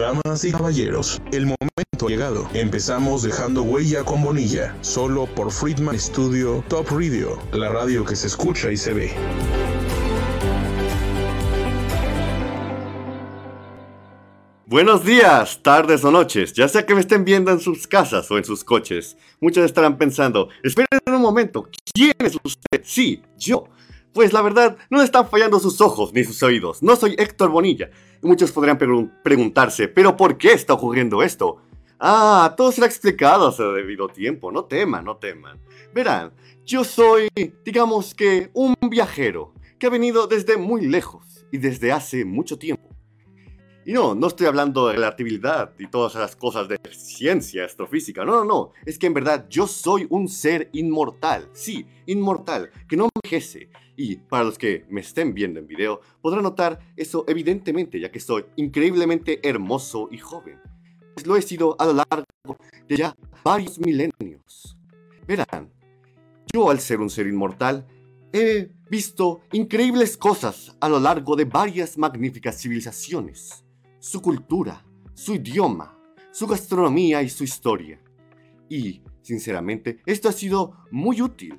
Damas y caballeros, el momento ha llegado. Empezamos dejando huella con Bonilla, solo por Friedman Studio Top Radio, la radio que se escucha y se ve. Buenos días, tardes o noches, ya sea que me estén viendo en sus casas o en sus coches. Muchos estarán pensando, esperen un momento, ¿quién es usted? Sí, yo. Pues la verdad, no le están fallando sus ojos ni sus oídos. No soy Héctor Bonilla. Y muchos podrían preguntarse, ¿pero por qué está ocurriendo esto? Todo será explicado a su debido tiempo. No teman, no teman. Verán, yo soy, digamos que, un viajero que ha venido desde muy lejos y desde hace mucho tiempo. Y no estoy hablando de relatividad y todas esas cosas de ciencia, astrofísica. No. Es que en verdad yo soy un ser inmortal. Sí, inmortal, que no envejece. Y para los que me estén viendo en video, podrán notar eso evidentemente, ya que soy increíblemente hermoso y joven. Pues lo he sido a lo largo de ya varios milenios. Verán, yo al ser un ser inmortal, he visto increíbles cosas a lo largo de varias magníficas civilizaciones. Su cultura, su idioma, su gastronomía y su historia. Y, sinceramente, esto ha sido muy útil.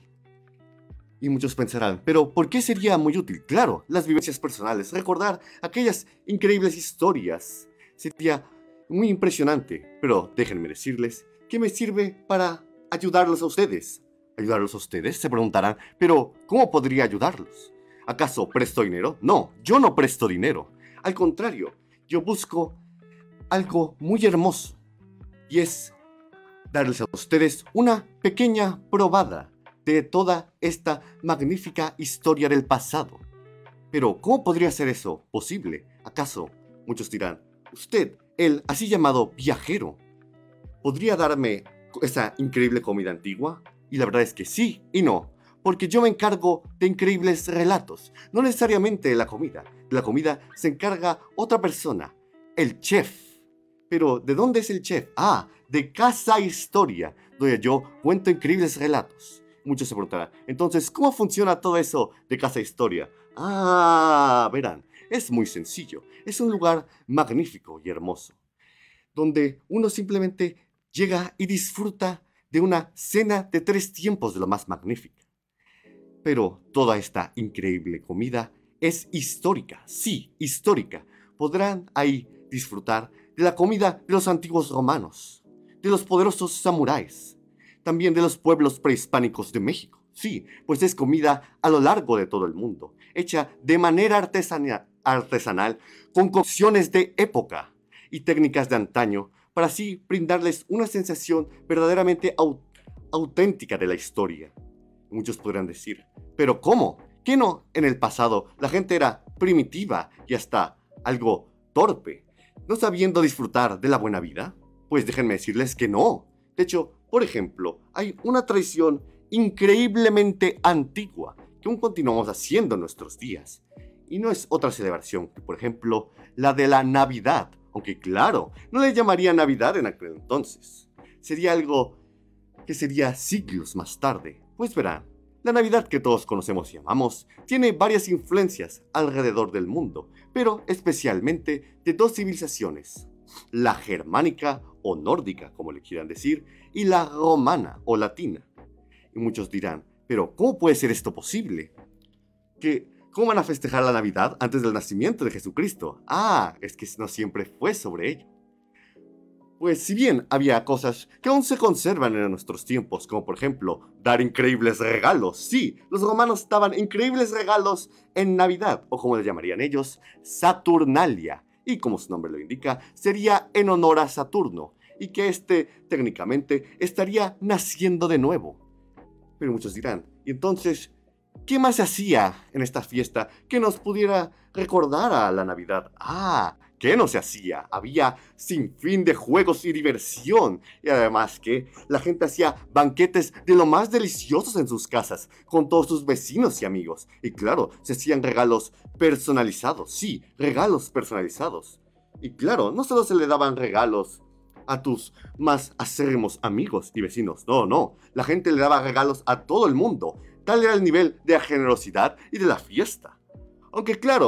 Y muchos pensarán, ¿pero por qué sería muy útil? Claro, las vivencias personales, recordar aquellas increíbles historias, sería muy impresionante. Pero déjenme decirles que me sirve para ayudarlos a ustedes. ¿Ayudarlos a ustedes? Se preguntarán, ¿pero cómo podría ayudarlos? ¿Acaso presto dinero? No, yo no presto dinero. Al contrario, yo busco algo muy hermoso. Y es darles a ustedes una pequeña probada de toda esta magnífica historia del pasado. Pero, ¿cómo podría ser eso posible? ¿Acaso, muchos dirán, usted, el así llamado viajero, podría darme esa increíble comida antigua? Y la verdad es que sí y no, porque yo me encargo de increíbles relatos, no necesariamente de la comida. De la comida se encarga otra persona, el chef. Pero, ¿de dónde es el chef? De Casa Historia, donde yo cuento increíbles relatos. Muchos se preguntarán, entonces, ¿cómo funciona todo eso de Casa Historia? Verán, es muy sencillo. Es un lugar magnífico y hermoso, donde uno simplemente llega y disfruta de una cena de 3 tiempos de lo más magnífica. Pero toda esta increíble comida es histórica, sí, histórica. Podrán ahí disfrutar de la comida de los antiguos romanos, de los poderosos samuráis, también de los pueblos prehispánicos de México. Sí, pues es comida a lo largo de todo el mundo, hecha de manera artesanal, con cocciones de época y técnicas de antaño, para así brindarles una sensación verdaderamente auténtica de la historia. Muchos podrán decir, ¿pero cómo? ¿Qué no en el pasado la gente era primitiva y hasta algo torpe, no sabiendo disfrutar de la buena vida? Pues déjenme decirles que no. De hecho, por ejemplo, hay una tradición increíblemente antigua que aún continuamos haciendo en nuestros días. Y no es otra celebración que, por ejemplo, la de la Navidad. Aunque claro, no le llamaría Navidad en aquel entonces. Sería algo que sería siglos más tarde. Pues verán, la Navidad que todos conocemos y amamos tiene varias influencias alrededor del mundo, pero especialmente de 2 civilizaciones, la germánica o nórdica, como le quieran decir, y la romana o latina. Y muchos dirán, ¿pero cómo puede ser esto posible? ¿Cómo van a festejar la Navidad antes del nacimiento de Jesucristo? Es que no siempre fue sobre ello. Pues si bien había cosas que aún se conservan en nuestros tiempos, como por ejemplo, dar increíbles regalos. Sí, los romanos daban increíbles regalos en Navidad, o como le llamarían ellos, Saturnalia. Y como su nombre lo indica, sería en honor a Saturno, y que técnicamente estaría naciendo de nuevo. Pero muchos dirán, ¿y entonces qué más se hacía en esta fiesta que nos pudiera recordar a la Navidad? ¿Qué no se hacía? Había sinfín de juegos y diversión. Y además que la gente hacía banquetes de lo más deliciosos en sus casas, con todos sus vecinos y amigos. Y claro, se hacían regalos personalizados. Sí, regalos personalizados. Y claro, no solo se le daban regalos a tus más acérrimos amigos y vecinos. No. La gente le daba regalos a todo el mundo. Tal era el nivel de generosidad y de la fiesta. Aunque claro,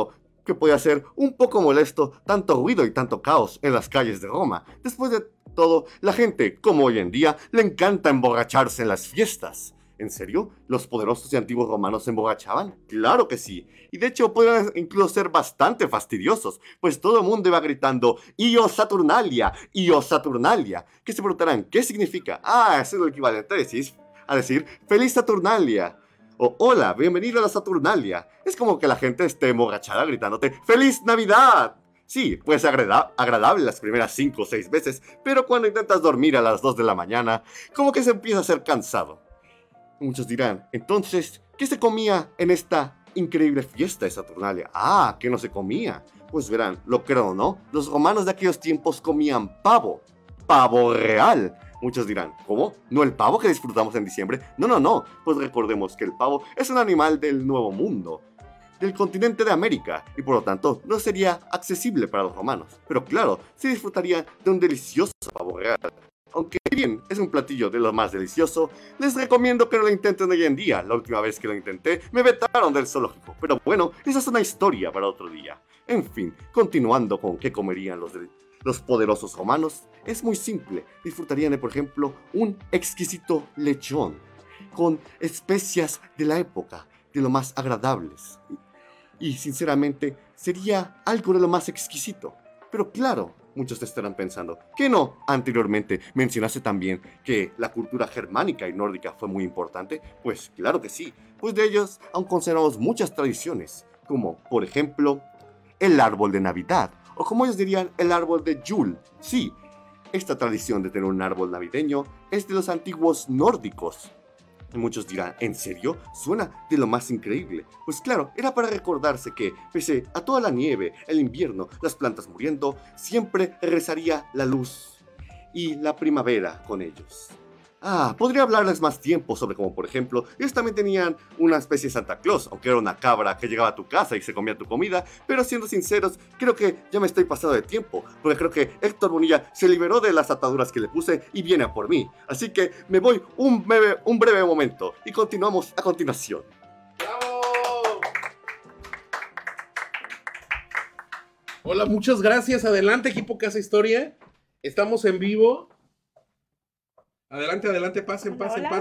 que podía ser un poco molesto tanto ruido y tanto caos en las calles de Roma. Después de todo, la gente, como hoy en día, le encanta emborracharse en las fiestas. ¿En serio? ¿Los poderosos y antiguos romanos se emborrachaban? ¡Claro que sí! Y de hecho podrían incluso ser bastante fastidiosos, pues todo el mundo iba gritando ¡Io Saturnalia! ¡Io Saturnalia! Que se preguntarán, ¿qué significa? Ah, es el equivalente a decir ¡Feliz Saturnalia! O hola, bienvenido a la Saturnalia. Es como que la gente esté emborrachada gritándote ¡Feliz Navidad! Sí, puede ser agradable las primeras 5 o 6 veces, pero cuando intentas dormir a las 2 de la mañana, como que se empieza a ser cansado. Muchos dirán, entonces, ¿qué se comía en esta increíble fiesta de Saturnalia? Ah, ¿qué no se comía? Pues verán, lo creo o no, los romanos de aquellos tiempos comían pavo. ¡Pavo real! Muchos dirán, ¿cómo? ¿No el pavo que disfrutamos en diciembre? No, pues recordemos que el pavo es un animal del Nuevo Mundo, del continente de América, y por lo tanto no sería accesible para los romanos. Pero claro, se disfrutaría de un delicioso pavo real. Aunque bien es un platillo de lo más delicioso, les recomiendo que no lo intenten hoy en día. La última vez que lo intenté, me vetaron del zoológico. Pero bueno, esa es una historia para otro día. En fin, continuando con qué comerían los poderosos romanos, es muy simple. Disfrutarían de, por ejemplo, un exquisito lechón, con especias de la época, de lo más agradables. Y sinceramente, sería algo de lo más exquisito. Pero claro, muchos te estarán pensando, ¿qué no? Anteriormente mencionaste también que la cultura germánica y nórdica fue muy importante. Pues claro que sí, pues de ellos aún conservamos muchas tradiciones, como por ejemplo el árbol de Navidad, o como ellos dirían, el árbol de Yule. Sí, esta tradición de tener un árbol navideño es de los antiguos nórdicos. Muchos dirán, ¿en serio? Suena de lo más increíble. Pues claro, era para recordarse que, pese a toda la nieve, el invierno, las plantas muriendo, siempre regresaría la luz y la primavera con ellos. Ah, podría hablarles más tiempo sobre cómo, por ejemplo, ellos también tenían una especie de Santa Claus, aunque era una cabra que llegaba a tu casa y se comía tu comida, pero siendo sinceros, creo que ya me estoy pasando de tiempo, porque creo que Héctor Bonilla se liberó de las ataduras que le puse y viene a por mí. Así que me voy un breve momento y continuamos a continuación. ¡Bravo! Hola, muchas gracias. Adelante, equipo Casa Historia. Estamos en vivo. Adelante, pasen.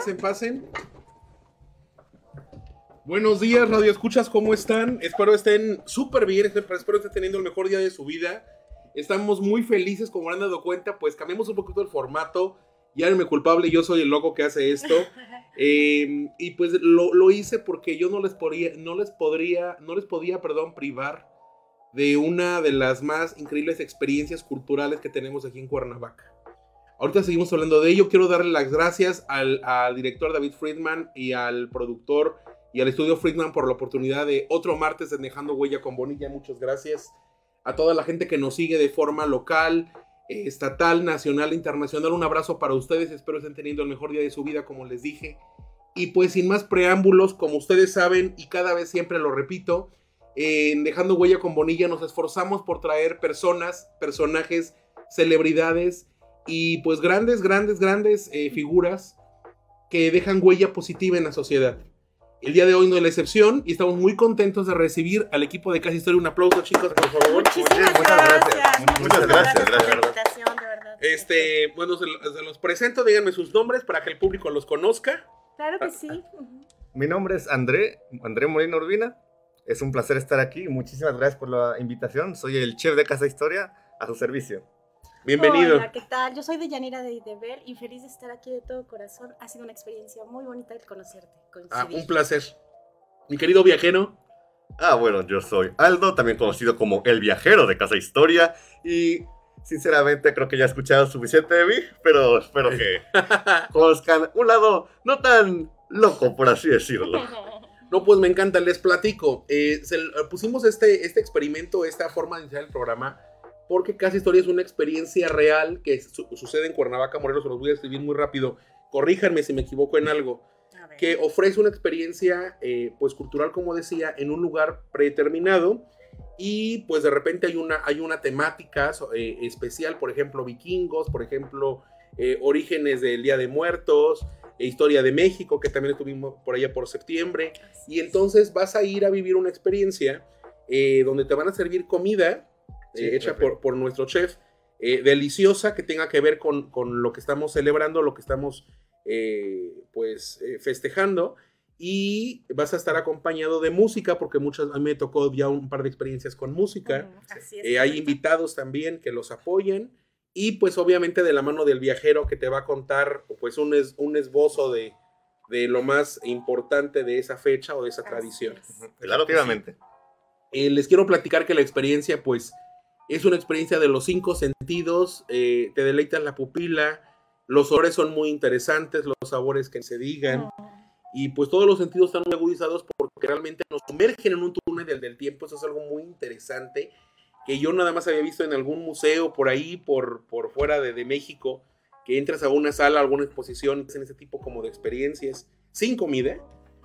Buenos días, Radio Escuchas, ¿cómo están? Espero estén súper bien, espero estén teniendo el mejor día de su vida. Estamos muy felices, como han dado cuenta, pues cambiamos un poquito el formato. Ya no me culpable, yo soy el loco que hace esto. Y pues lo hice porque yo no les podía privar de una de las más increíbles experiencias culturales que tenemos aquí en Cuernavaca. Ahorita seguimos hablando de ello. Quiero darle las gracias al director David Friedman y al productor y al estudio Friedman por la oportunidad de otro martes de Dejando Huella con Bonilla. Muchas gracias a toda la gente que nos sigue de forma local, estatal, nacional, internacional. Un abrazo para ustedes. Espero estén teniendo el mejor día de su vida, como les dije. Y pues sin más preámbulos, como ustedes saben, y cada vez siempre lo repito, en Dejando Huella con Bonilla nos esforzamos por traer personajes, celebridades y pues grandes figuras que dejan huella positiva en la sociedad. El día de hoy no es la excepción y estamos muy contentos de recibir al equipo de Casa Historia. Un aplauso, chicos, por favor. Muchas gracias. Muchas gracias. Por la invitación, de verdad. Bueno, se los presento, díganme sus nombres para que el público los conozca. Claro que sí. Mi nombre es André Molina Urbina. Es un placer estar aquí. Muchísimas gracias por la invitación. Soy el chef de Casa Historia, a su servicio. Bienvenido. Hola, ¿qué tal? Yo soy Deyanira de Idebel y feliz de estar aquí de todo corazón. Ha sido una experiencia muy bonita el conocerte, coincidir. Un placer. Mi querido viajero. Bueno, yo soy Aldo, también conocido como el viajero de Casa Historia, y sinceramente creo que ya he escuchado suficiente de mí, pero espero que conozcan un lado no tan loco, por así decirlo. No, pues me encanta, les platico. Pusimos este experimento, esta forma de iniciar el programa, porque Casa Historia es una experiencia real que sucede en Cuernavaca, Morelos. Se los voy a escribir muy rápido. Corríjanme si me equivoco en algo. Que ofrece una experiencia pues cultural, como decía, en un lugar predeterminado, y pues de repente hay una temática especial, por ejemplo vikingos, por ejemplo orígenes del Día de Muertos, historia de México, que también estuvimos por allá por septiembre, y entonces vas a ir a vivir una experiencia donde te van a servir comida hecha perfecto. por nuestro chef, deliciosa, que tenga que ver con lo que estamos celebrando, lo que estamos festejando. Y vas a estar acompañado de música, porque a mí me tocó ya un par de experiencias con música. Así es. Hay correcto. invitados también que los apoyen. Y pues obviamente de la mano del viajero, que te va a contar pues un esbozo de lo más importante de esa fecha o de esa Así tradición. es. Claro que Efectivamente. Les quiero platicar que la experiencia pues es una experiencia de los 5 sentidos. Te deleitas la pupila, los olores son muy interesantes, los sabores que se digan. Y pues todos los sentidos están muy agudizados, porque realmente nos sumergen en un túnel del tiempo. Eso es algo muy interesante, que yo nada más había visto en algún museo por ahí, por fuera de México, que entras a una sala, a alguna exposición, y hacen ese tipo como de experiencias sin comida.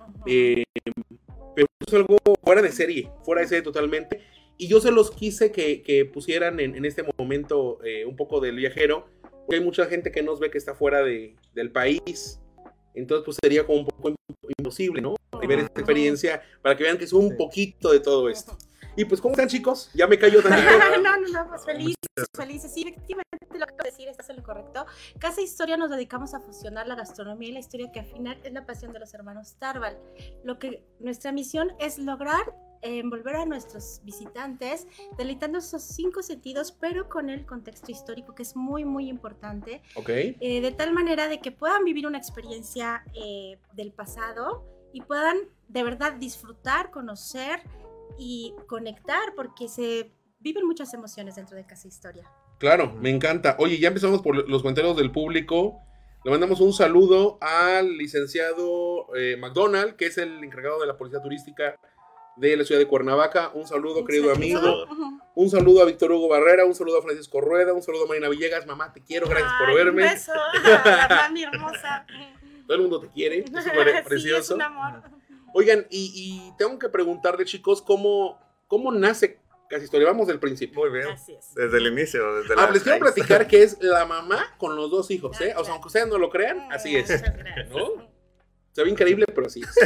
Pero es algo fuera de serie totalmente. Y yo se los quise que pusieran en este momento un poco del viajero, porque hay mucha gente que nos ve que está fuera del país. Entonces pues sería como un poco imposible, ¿no? Ver esta experiencia para que vean que es un poquito de todo esto. Y pues, ¿cómo están, chicos? Ya me cayó tantito. No, pues felices. Sí, efectivamente lo que acabo de decir, estás en lo correcto. Casa Historia nos dedicamos a fusionar la gastronomía y la historia, que al final es la pasión de los hermanos Tarval. Nuestra misión es lograr envolver a nuestros visitantes deleitando esos 5 sentidos, pero con el contexto histórico, que es muy, muy importante. Ok. De tal manera de que puedan vivir una experiencia del pasado y puedan de verdad disfrutar, conocer y conectar, porque se viven muchas emociones dentro de Casa Historia. Claro, me encanta. Oye, ya empezamos por los comentarios del público. Le mandamos un saludo al licenciado McDonald, que es el encargado de la policía turística de la ciudad de Cuernavaca. Un saludo, querido amigo. Un saludo a Víctor Hugo Barrera, un saludo a Francisco Rueda, un saludo a Marina Villegas. Mamá, te quiero, gracias por verme. Un beso a la mami hermosa. Todo el mundo te quiere, es súper precioso. Sí, es un amor. Oigan, y tengo que preguntarle, chicos, ¿cómo nace Casa Historia? Vamos del principio. Muy bien. Así es. Desde el inicio. Desde Les quiero raíz. platicar que es la mamá con los 2 hijos, ¿eh? O sea, aunque ustedes no lo crean, así es. Muchas gracias. ¿No? Se ve increíble, pero así es.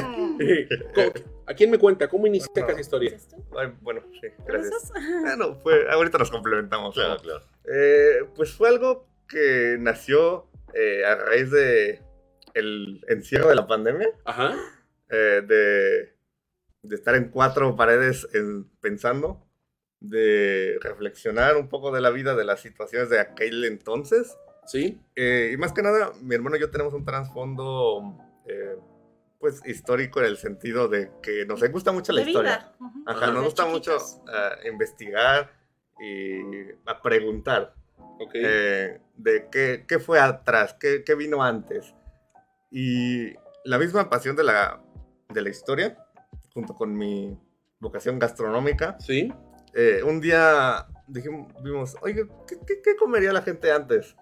¿A quién me cuenta? ¿Cómo inicia Casa Historia? ¿Dices tú? Ay, bueno, sí, gracias. ¿Besos? Ahorita nos complementamos. Claro, ¿no? claro. Pues fue algo que nació a raíz de el encierro de la pandemia, Ajá. de estar en 4 paredes pensando, de reflexionar un poco de la vida, de las situaciones de aquel entonces. ¿Sí? Y más que nada, mi hermano y yo tenemos un trasfondo pues histórico, en el sentido de que nos gusta mucho la De historia. vida. Ujú. Ajá, Ajá. nos gusta mucho Chiquitos. investigar y a preguntar Ok. de qué fue atrás, qué vino antes. Y la misma pasión de la historia, junto con mi vocación gastronómica, ¿Sí? un día vimos, oye, ¿qué comería la gente antes?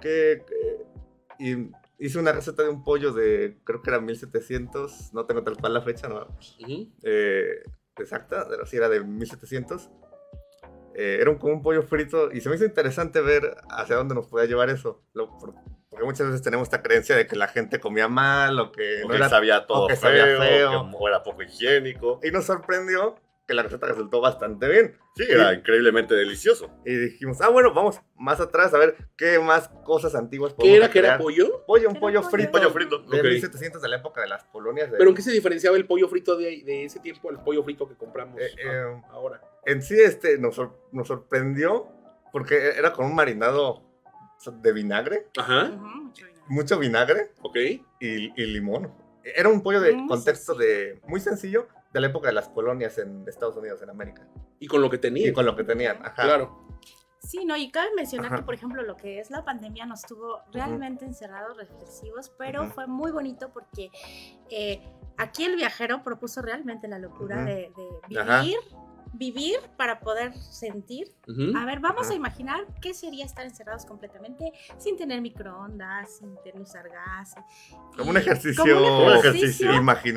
Y hice una receta de un pollo de, creo que era 1700, no tengo tal cual la fecha, no, Ujú. exacta, pero sí era de 1700. Era como un pollo frito, y se me hizo interesante ver hacia dónde nos podía llevar eso. Porque muchas veces tenemos esta creencia de que la gente comía mal, o que O no que era, sabía todo o que sabía feo. que era poco higiénico. Y nos sorprendió que la receta resultó bastante bien. Sí, era increíblemente delicioso. Y dijimos, bueno, vamos más atrás a ver qué más cosas antiguas ¿Qué podemos era? ¿Qué era crear. pollo? Pollo, un Era pollo pollo. frito. Pollo frito. De Ok. 1700, de la época de las colonias. ¿Pero en qué se diferenciaba el pollo frito de ese tiempo al pollo frito que compramos ahora? En sí, nos sorprendió porque era con un marinado de vinagre, Ajá. Ujú, mucho bien. mucho vinagre Ok. y limón. Era un pollo de Muy contexto sencillo. muy sencillo, de la época de las colonias en Estados Unidos, en América. Y con lo que tenía. Y con lo que tenían. Ajá. Claro. Sí, no, y cabe mencionar Ajá. que, por ejemplo, lo que es la pandemia nos tuvo realmente encerrados, reflexivos, pero Ujú. fue muy bonito porque aquí el viajero propuso realmente la locura Ujú. de Ajá. vivir para poder sentir. Ujú. A ver, vamos Ajá. a imaginar qué sería estar encerrados completamente sin tener microondas, sin tener usar gas. Como un ejercicio, como un ejercicio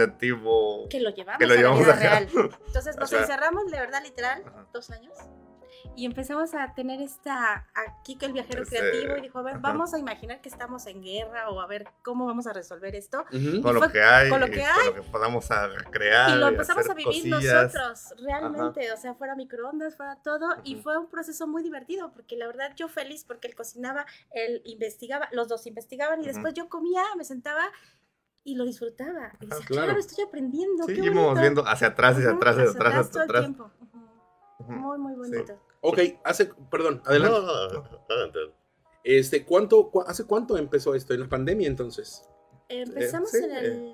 imaginativo. que lo llevamos, que lo a la llevamos vida acá. real. Entonces nos Ajá. encerramos, de verdad, literal, Ajá. 2 años. y empezamos a tener aquí que el viajero creativo y dijo, a ver, vamos a imaginar que estamos en guerra o a ver cómo vamos a resolver esto. Con lo que hay, con lo que podamos a crear. Y lo empezamos a vivir cosillas. nosotros, realmente, o sea, fuera microondas, fuera todo, y fue un proceso muy divertido, porque la verdad yo feliz porque él cocinaba, él investigaba, los dos investigaban y después yo comía, me sentaba y lo disfrutaba. Y decía, claro, estoy aprendiendo. Sí, qué íbamos viendo hacia atrás, hacia atrás, hacia atrás, todo el tiempo. Muy, muy bonito. Sí. Ok, perdón, adelante. Adelante. ¿Hace cuánto empezó esto? ¿En la pandemia entonces? Empezamos en el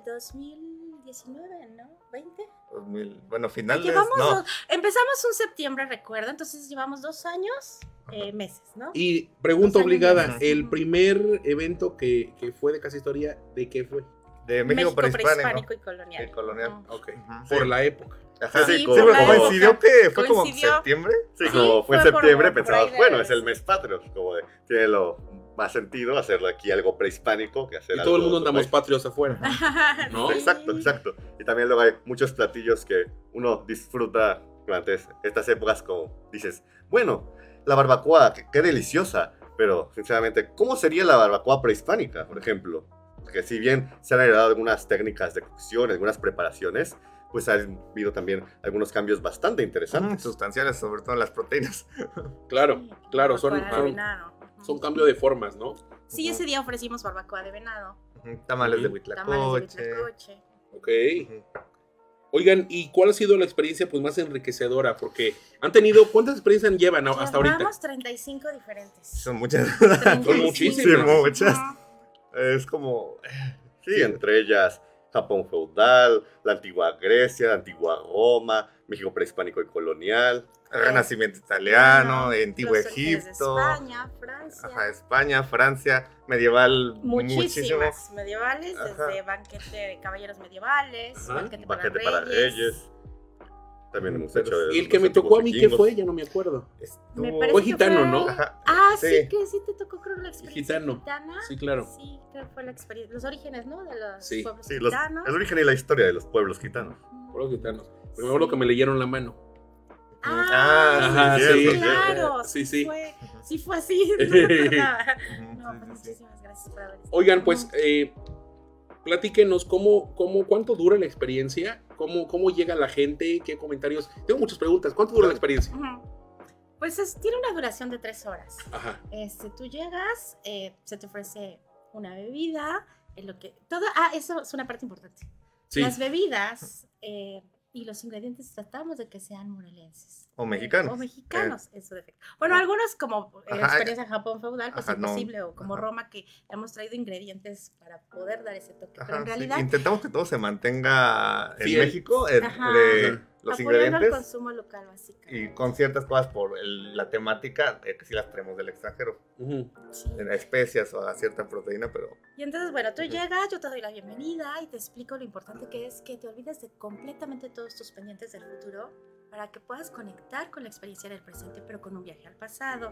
2019, ¿no? ¿20? Bueno, finales, empezamos un septiembre, recuerdo, entonces llevamos 2 años, meses, ¿no? Y pregunta obligada, meses. el primer evento que fue de Casa Historia, ¿de qué fue? De México prehispánico y colonial. Y colonial. Ok, Sí. por la época. Ajá. Sí, Sí, pero coincidió que fue como Coincidió. septiembre. Sí, Sí, como fue en fue por septiembre, ahí pensabas, de- bueno, es el mes patrio, como tiene lo más sentido hacerlo aquí algo prehispánico que hacer Y algo todo el mundo otro andamos país. patrios afuera. ¿No? Exacto. Y también luego hay muchos platillos que uno disfruta durante estas épocas, como dices, bueno, la barbacoa, qué deliciosa, pero sinceramente, ¿cómo sería la barbacoa prehispánica, por ejemplo? Porque si bien se han heredado algunas técnicas de cocción, algunas preparaciones, pues ha habido también algunos cambios bastante interesantes. Sustanciales, sobre todo en las proteínas. Claro, Barbacoa de venado. son cambio de formas, ¿no? Sí, ese día ofrecimos barbacoa de venado, Tamales de Ujú. tamales de huitlacoche. huitlacoche. Ok. Oigan, ¿y cuál ha sido la experiencia pues más enriquecedora? Porque han tenido, ¿cuántas experiencias llevan hasta ahorita? Llevamos 35 diferentes. Son muchas. 35. Son muchísimas. Sí, muchas. Ajá. Es como... Sí, entre ellas Japón feudal, la antigua Grecia, la antigua Roma, México prehispánico y colonial. Renacimiento italiano, Los antiguo orígenes de Egipto. España, Francia. Ajá, España, Francia, medieval, muchísimo. Muchísimas medievales, Ajá. desde banquete de caballeros medievales, Ajá, banquete Banquete para reyes. También hemos Pero hecho... y el que los me tocó a mí, ¿qué antiguos fue? Ya no me acuerdo. Me Estuvo- parece Fue que gitano, ¿no? Ajá. Ah, sí, Sí. que sí te tocó creo la experiencia Gitano. gitana. Sí, claro. Sí, creo que fue la experiencia, los orígenes, ¿no? De los Sí. pueblos Sí, gitanos. el origen y la historia de los pueblos gitanos. Por los gitanos. Porque me acuerdo que me leyeron la mano. Ah, Ajá, sí, sí. claro. Sí, sí. Sí fue así. No me acordaba. No, pues Sí, sí, sí. muchísimas gracias por haber estado. Oigan, pues, platíquenos cuánto dura la experiencia, cómo llega la gente, qué comentarios. Tengo muchas preguntas. ¿Cuánto dura la experiencia? Ujú. Pues tiene una duración de 3 horas. Ajá. Tú llegas, se te ofrece una bebida, eso es una parte importante. Sí. Las bebidas y los ingredientes tratamos de que sean morelenses. O mexicanos. O mexicanos, en su defecto. Bueno, algunos como Ajá. experiencia en Japón feudal, pues Ajá, no. imposible, o como Ajá. Roma, que hemos traído ingredientes para poder dar ese toque. Ajá, Pero en sí. realidad, Intentamos que todo se mantenga en Fiel. México, Ajá. de los apoyando el ingredientes consumo local, básicamente. y con ciertas cosas por la temática, que sí las traemos del extranjero, Ujú. Sí. en especias o a cierta proteína, pero Y entonces, bueno, tú Ujú. llegas, yo te doy la bienvenida y te explico lo importante que es que te olvides de completamente todos tus pendientes del futuro para que puedas conectar con la experiencia del presente, pero con un viaje al pasado.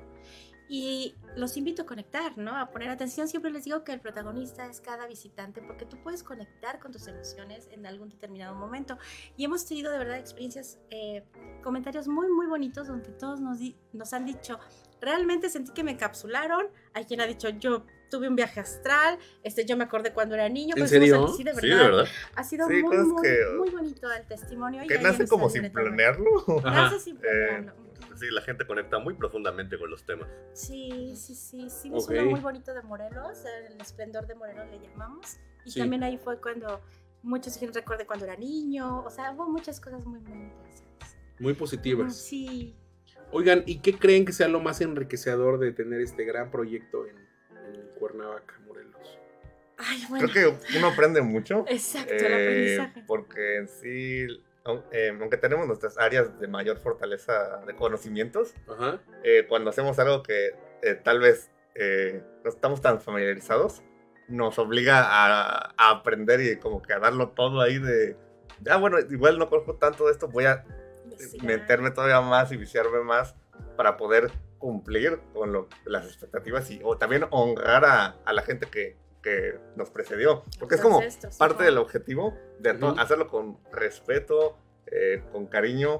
Y los invito a conectar, ¿no? A poner atención. Siempre les digo que el protagonista es cada visitante porque tú puedes conectar con tus emociones en algún determinado momento. Y hemos tenido de verdad experiencias, comentarios muy, muy bonitos donde todos nos han dicho, realmente sentí que me encapsularon. Hay quien ha dicho, yo tuve un viaje astral, yo me acordé cuando era niño. ¿En pues, serio? Sí, de verdad. Sí, de verdad. Ha sido Sí, muy, cosas muy, que- muy bonito el testimonio. y que ahí nace en como esa sin libreta, planearlo. Ajá. Nace sin planearlo. Sí, la gente conecta muy profundamente con los temas. Sí. Vimos Ok. uno muy bonito de Morelos, el esplendor de Morelos le llamamos. Y Sí. también ahí fue cuando muchos dijeron, recuerde cuando era niño. O sea, hubo muchas cosas muy, muy interesantes. Muy positivas. Sí. Oigan, ¿y qué creen que sea lo más enriquecedor de tener este gran proyecto en Cuernavaca, Morelos? Ay, bueno. Creo que uno aprende mucho. Exacto, el aprendizaje. Porque en sí, aunque tenemos nuestras áreas de mayor fortaleza de conocimientos, Ajá. cuando hacemos algo que tal vez no estamos tan familiarizados, nos obliga a aprender y como que a darlo todo ahí bueno, igual no conozco tanto de esto, voy a Investigar. meterme todavía más y viciarme más para poder cumplir con las expectativas o también honrar a la gente que nos precedió, porque es como Ancestros, parte ajá. del objetivo de Ujú. hacerlo con respeto, con cariño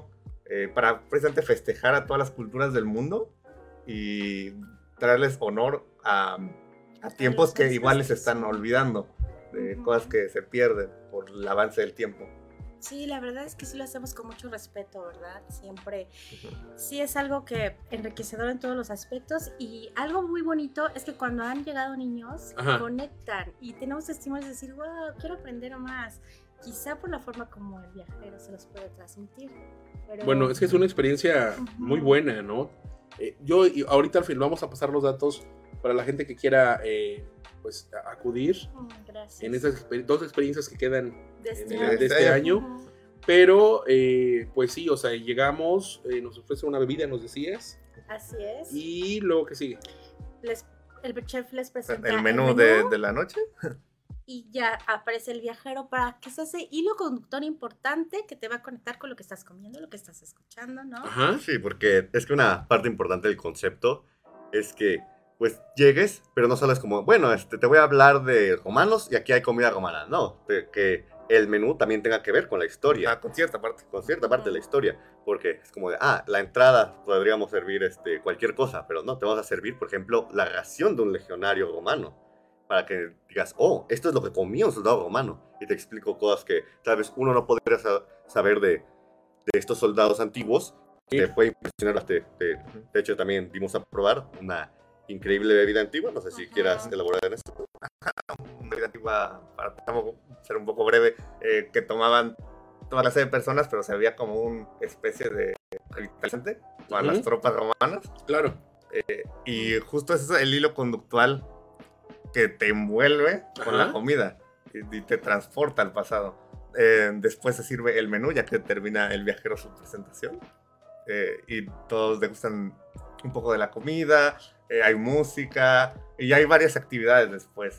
para precisamente festejar a todas las culturas del mundo y traerles honor a tiempos que igual les están olvidando, de cosas que se pierden por el avance del tiempo. Sí, la verdad es que sí lo hacemos con mucho respeto, ¿verdad? Siempre. Sí es algo que enriquecedor en todos los aspectos, y algo muy bonito es que cuando han llegado niños, conectan y tenemos testimonios de decir, wow, quiero aprender más. Quizá por la forma como el viajero se los puede transmitir. Pero... Bueno, es que es una experiencia muy buena, ¿no? Yo ahorita al fin vamos a pasar los datos para la gente que quiera pues acudir en esas dos experiencias que quedan de este año. Pero pues sí, o sea, llegamos, nos ofrece una bebida, nos decías. Así es. Y luego, ¿qué sigue? El chef les presenta el menú de la noche. Y ya aparece el viajero para que sea ese hilo conductor importante que te va a conectar con lo que estás comiendo, lo que estás escuchando, ¿no? Ajá. Sí, porque es que una parte importante del concepto es que pues llegues, pero no solo es como, bueno, te voy a hablar de romanos y aquí hay comida romana. No, que el menú también tenga que ver con la historia. Con cierta parte. Con cierta parte de la historia. Porque es como de, la entrada podríamos servir cualquier cosa, pero no, te vamos a servir, por ejemplo, la ración de un legionario romano. Para que digas, esto es lo que comía un soldado romano. Y te explico cosas que tal vez uno no podría saber de estos soldados antiguos. Te puede impresionar bastante. De hecho, también dimos a probar una increíble bebida antigua. No sé si quieras elaborar en esto. Una bebida antigua, para ser un poco breve, que tomaban toda clase de personas, pero se veía como una especie de revitalizante para las tropas romanas. Claro. Y justo ese es el hilo conductual que te envuelve con la comida y te transporta al pasado. Después se sirve el menú, ya que termina el viajero su presentación. Y todos degustan un poco de la comida, hay música, y hay varias actividades después.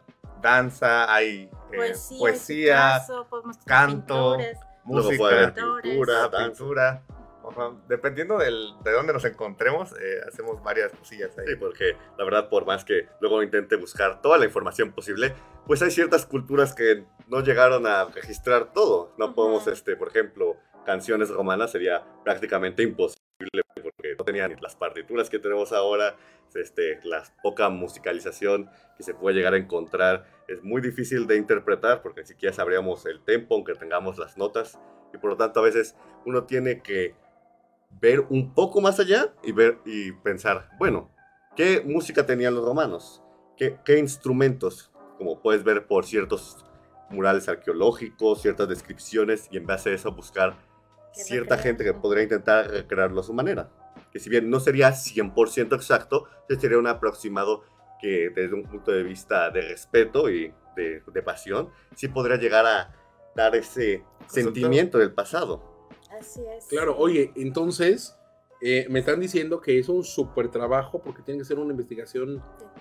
Danza, hay poesía, canto, música, pintura. Dependiendo de dónde nos encontremos, hacemos varias cosillas ahí. Sí, porque la verdad, por más que luego intente buscar toda la información posible, pues hay ciertas culturas que no llegaron a registrar todo. No podemos, por ejemplo, canciones romanas sería prácticamente imposible porque no tenían las partituras que tenemos ahora, la poca musicalización que se puede llegar a encontrar. Es muy difícil de interpretar porque ni siquiera sabríamos el tempo, aunque tengamos las notas, y por lo tanto a veces uno tiene que ver un poco más allá y pensar, bueno, ¿qué música tenían los romanos? ¿Qué instrumentos? Como puedes ver por ciertos murales arqueológicos, ciertas descripciones, y en base a eso buscar cierta gente que podría intentar recrearlo a su manera. Que si bien no sería 100% exacto, sería un aproximado que desde un punto de vista de respeto y de pasión, sí podría llegar a dar ese sentimiento del pasado. Así es. Claro, oye, entonces me están diciendo que es un súper trabajo porque tiene que ser una investigación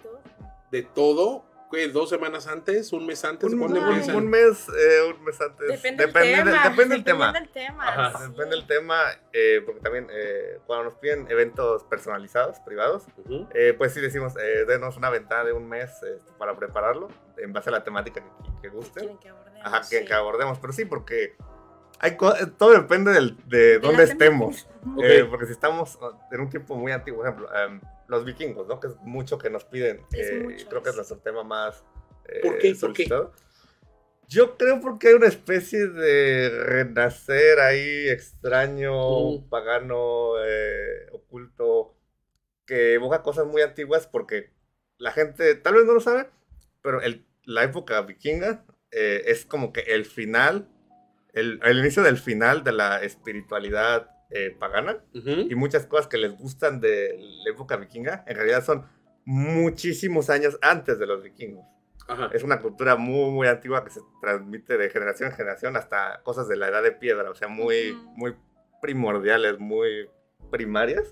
de todo. ¿Qué? ¿2 semanas antes? ¿1 mes antes? ¿Cuándo empiezan? Un mes antes. Depende del tema. Ajá. Depende del tema, porque también cuando nos piden eventos personalizados, privados, pues sí decimos, denos una ventana de 1 mes para prepararlo, en base a la temática que gusten. Que abordemos. Pero sí, porque todo depende de dónde estemos. Porque si estamos en un tiempo muy antiguo, por ejemplo, los vikingos, ¿no? Que es mucho que nos piden. Creo que es nuestro tema más solicitado. ¿Por qué? Yo creo porque hay una especie de renacer ahí extraño, pagano, oculto, que evoca cosas muy antiguas porque la gente tal vez no lo sabe, pero la época vikinga es como que el final, el inicio del final de la espiritualidad pagana, y muchas cosas que les gustan de la época vikinga en realidad son muchísimos años antes de los vikingos. Es una cultura muy, muy antigua que se transmite de generación en generación hasta cosas de la edad de piedra, o sea, muy, muy primordiales, muy primarias.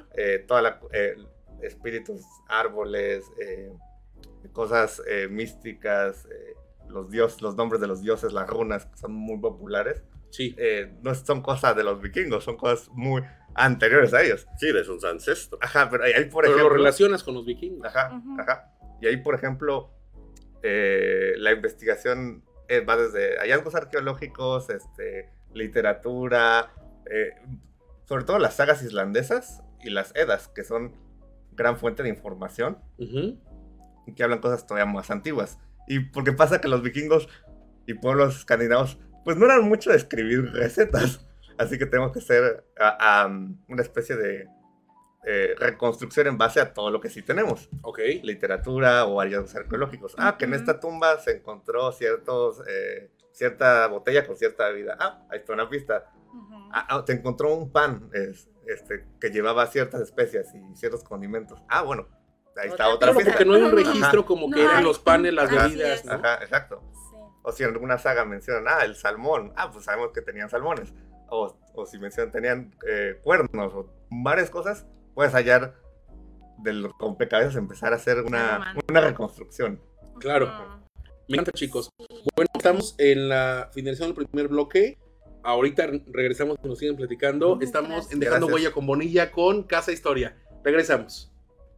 Espíritus, árboles, cosas místicas, los nombres de los dioses, las runas, que son muy populares. Sí. No son cosas de los vikingos, son cosas muy anteriores a ellos. Sí, de sus ancestros. Pero ahí, por ejemplo, lo relacionas con los vikingos. Y ahí, por ejemplo, la investigación va desde hallazgos arqueológicos, literatura, sobre todo las sagas islandesas y las Eddas, que son gran fuente de información Ujú. y que hablan cosas todavía más antiguas. Y porque pasa que los vikingos y pueblos escandinavos, pues no eran mucho de escribir recetas, así que tenemos que hacer una especie de reconstrucción en base a todo lo que sí tenemos. Ok. Literatura o hallazgos arqueológicos. Que en esta tumba se encontró cierta botella con cierta bebida. Ahí está una pista. Se encontró un pan que llevaba ciertas especias y ciertos condimentos. Bueno, ahí está otra Claro, pista. porque no hay un registro como que No eran hay. los panes, las Así bebidas, es. ¿no? Ajá, exacto. Sí. O si en alguna saga mencionan, el salmón. Pues sabemos que tenían salmones. O si mencionan, tenían cuernos o varias cosas, puedes hallar del rompecabezas, empezar a hacer una reconstrucción. Claro. Me encanta, chicos. Bueno, estamos en la finalización del primer bloque. Ahorita regresamos y nos siguen platicando. Estamos Gracias. en Dejando Gracias. Huella con Bonilla con Casa Historia. Regresamos.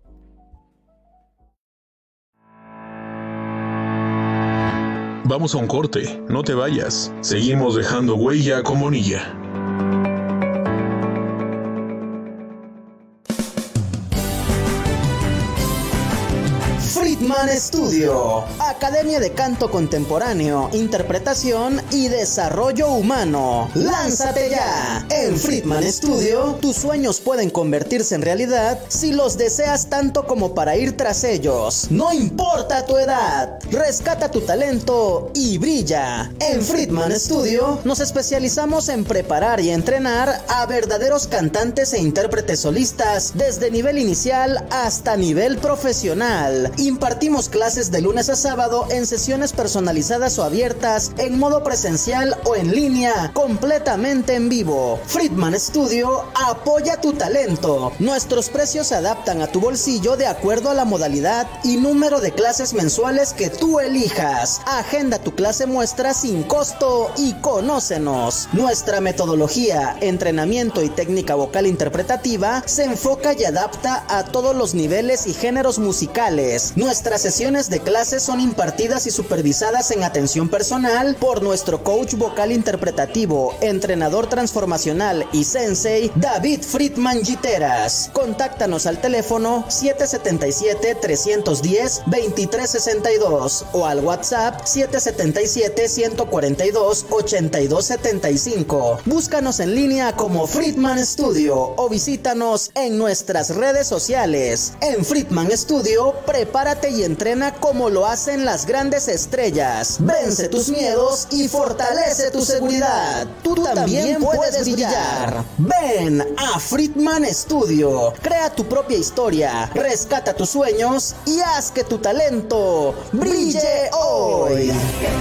Vamos a un corte, no te vayas. Seguimos dejando huella con Bonilla. Friedman Studio, Academia de Canto Contemporáneo, Interpretación y Desarrollo Humano. ¡Lánzate ya! En Friedman Studio, tus sueños pueden convertirse en realidad si los deseas tanto como para ir tras ellos. No importa tu edad, rescata tu talento y brilla. En Friedman Studio, nos especializamos en preparar y entrenar a verdaderos cantantes e intérpretes solistas desde nivel inicial hasta nivel profesional. Impartimos clases de lunes a sábado en sesiones personalizadas o abiertas, en modo presencial o en línea, completamente en vivo. Friedman Studio apoya tu talento. Nuestros precios se adaptan a tu bolsillo de acuerdo a la modalidad y número de clases mensuales que tú elijas. Agenda tu clase muestra sin costo y conócenos. Nuestra metodología, entrenamiento y técnica vocal interpretativa se enfoca y adapta a todos los niveles y géneros musicales. Nuestras sesiones de clases son impartidas y supervisadas en atención personal por nuestro coach vocal interpretativo, entrenador transformacional y sensei David Friedman Giteras. Contáctanos al teléfono 777-310-2362 o al WhatsApp 777-142-8275. Búscanos en línea como Friedman Studio o visítanos en nuestras redes sociales. En Friedman Studio, prepárate y entrena como lo hacen las grandes estrellas. Vence tus miedos y fortalece tu seguridad. Tú también puedes brillar. Ven a Friedman Studio. Crea tu propia historia, rescata tus sueños y haz que tu talento brille hoy.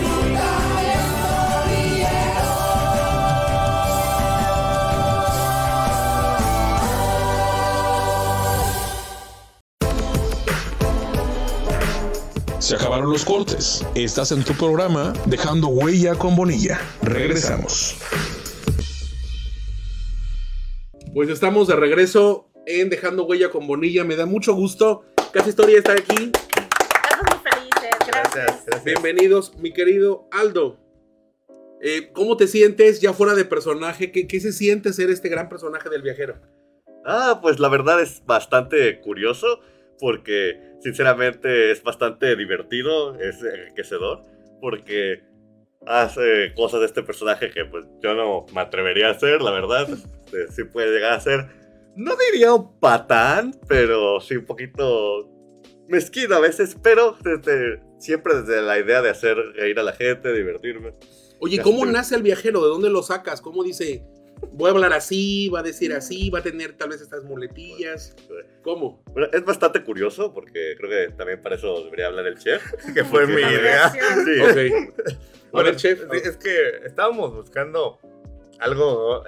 Se acabaron los cortes. Estás en tu programa Dejando Huella con Bonilla. Regresamos. Pues estamos de regreso en Dejando Huella con Bonilla. Me da mucho gusto. Casa Historia está aquí. Estamos muy felices. Gracias. Bienvenidos, mi querido Aldo. ¿Cómo te sientes ya fuera de personaje? ¿Qué se siente ser este gran personaje del viajero? Pues la verdad es bastante curioso, porque sinceramente es bastante divertido, es enriquecedor, porque hace cosas de este personaje que pues yo no me atrevería a hacer, la verdad. Sí puede llegar a ser, no diría un patán, pero sí un poquito mezquino a veces, pero siempre desde la idea de hacer reír a la gente, divertirme. Oye, ¿cómo nace el viajero? ¿De dónde lo sacas? ¿Cómo dice, voy a hablar así, va a decir así, va a tener tal vez estas muletillas? ¿Cómo? Bueno, es bastante curioso, porque creo que también para eso debería hablar el chef. Que fue mi idea. Sí. Ok. A ver, chef. Sí, es que estábamos buscando algo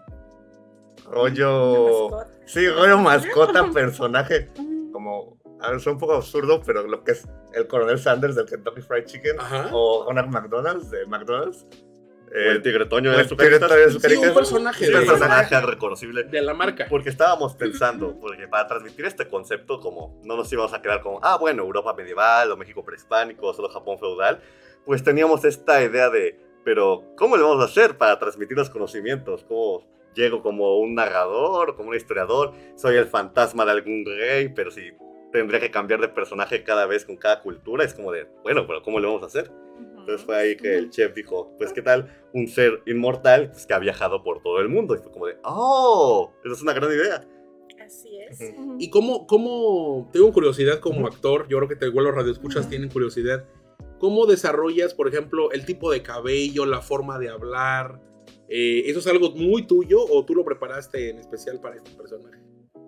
rollo... Sí, rollo mascota, personaje. Como... A ver, es un poco absurdo, pero lo que es el Coronel Sanders del Kentucky Fried Chicken. Ajá. O Ronald McDonald's de McDonald's. O el tigre Toño el de su tigre caritas. Toño de su Sí, caritas. un personaje Sí, de- un personaje reconocible. De la marca. Porque estábamos pensando, porque para transmitir este concepto, como no nos íbamos a quedar como, bueno, Europa medieval o México prehispánico o solo Japón feudal, pues teníamos esta idea de, pero ¿cómo le vamos a hacer para transmitir los conocimientos? ¿Cómo llego como un narrador, como un historiador, soy el fantasma de algún rey, pero si tendría que cambiar de personaje cada vez con cada cultura, es como de, bueno, pero ¿cómo le vamos a hacer? Entonces fue ahí que el chef dijo, pues ¿qué tal un ser inmortal pues, que ha viajado por todo el mundo? Y fue como de, ¡oh! Esa es una gran idea. Así es. ¿Y cómo tengo curiosidad como actor? Yo creo que igual los radioescuchas tienen curiosidad. ¿Cómo desarrollas, por ejemplo, el tipo de cabello, la forma de hablar? ¿Eso es algo muy tuyo o tú lo preparaste en especial para este personaje?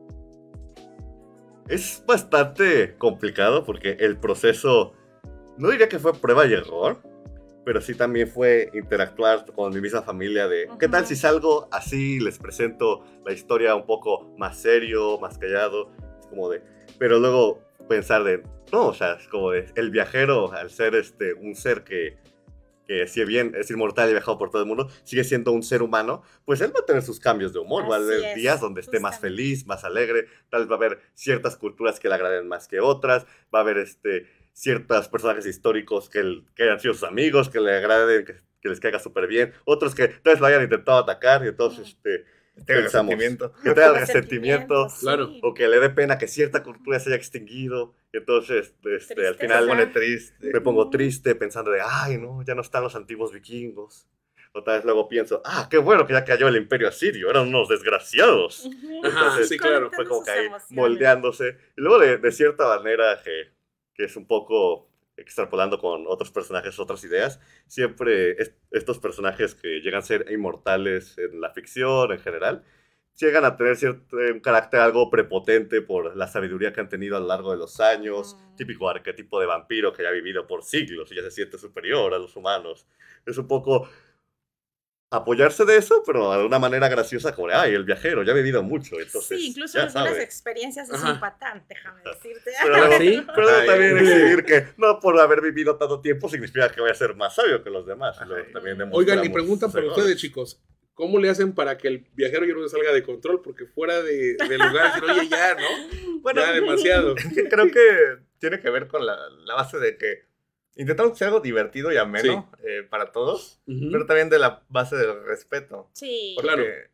Es bastante complicado porque el proceso, no diría que fue prueba y error, pero sí también fue interactuar con mi misma familia de, ¿qué tal si salgo así, les presento la historia un poco más serio, más callado? Es como de, pero luego pensar de, no, o sea, es como de, el viajero, al ser un ser que si bien es inmortal y viajado por todo el mundo, sigue siendo un ser humano, pues él va a tener sus cambios de humor, va a haber días donde esté más feliz, más alegre, tal vez va a haber ciertas culturas que le agraden más que otras, va a haber ciertos personajes históricos que hayan sido sus amigos, que le agraden, que les caiga súper bien, otros que tal vez lo hayan intentado atacar y entonces pensamos que tenga resentimiento, claro, o que le dé pena que cierta cultura se haya extinguido, y entonces al final me pongo triste pensando de, ay no, ya no están los antiguos vikingos. Otra vez luego pienso, qué bueno que ya cayó el imperio asirio, eran unos desgraciados. Entonces, sí, claro, fue como que ahí moldeándose, y luego de cierta manera que es un poco extrapolando con otros personajes, otras ideas, siempre estos personajes que llegan a ser inmortales en la ficción en general, llegan a tener un carácter algo prepotente por la sabiduría que han tenido a lo largo de los años, típico arquetipo de vampiro que ya ha vivido por siglos y ya se siente superior a los humanos. Es un poco apoyarse de eso, pero de una manera graciosa, como, el viajero, ya ha vivido mucho, entonces sí, incluso algunas experiencias es un patán, déjame decirte. Pero también exhibir que no por haber vivido tanto tiempo significa que voy a ser más sabio que los demás. Oigan, y preguntan por ustedes, chicos, ¿cómo le hacen para que el viajero ya no salga de control? Porque fuera de lugar, decir, oye, ya, ¿no? Bueno, ya demasiado. Creo que tiene que ver con la base de que intentamos hacer algo divertido y ameno para todos, pero también de la base del respeto. Sí. Porque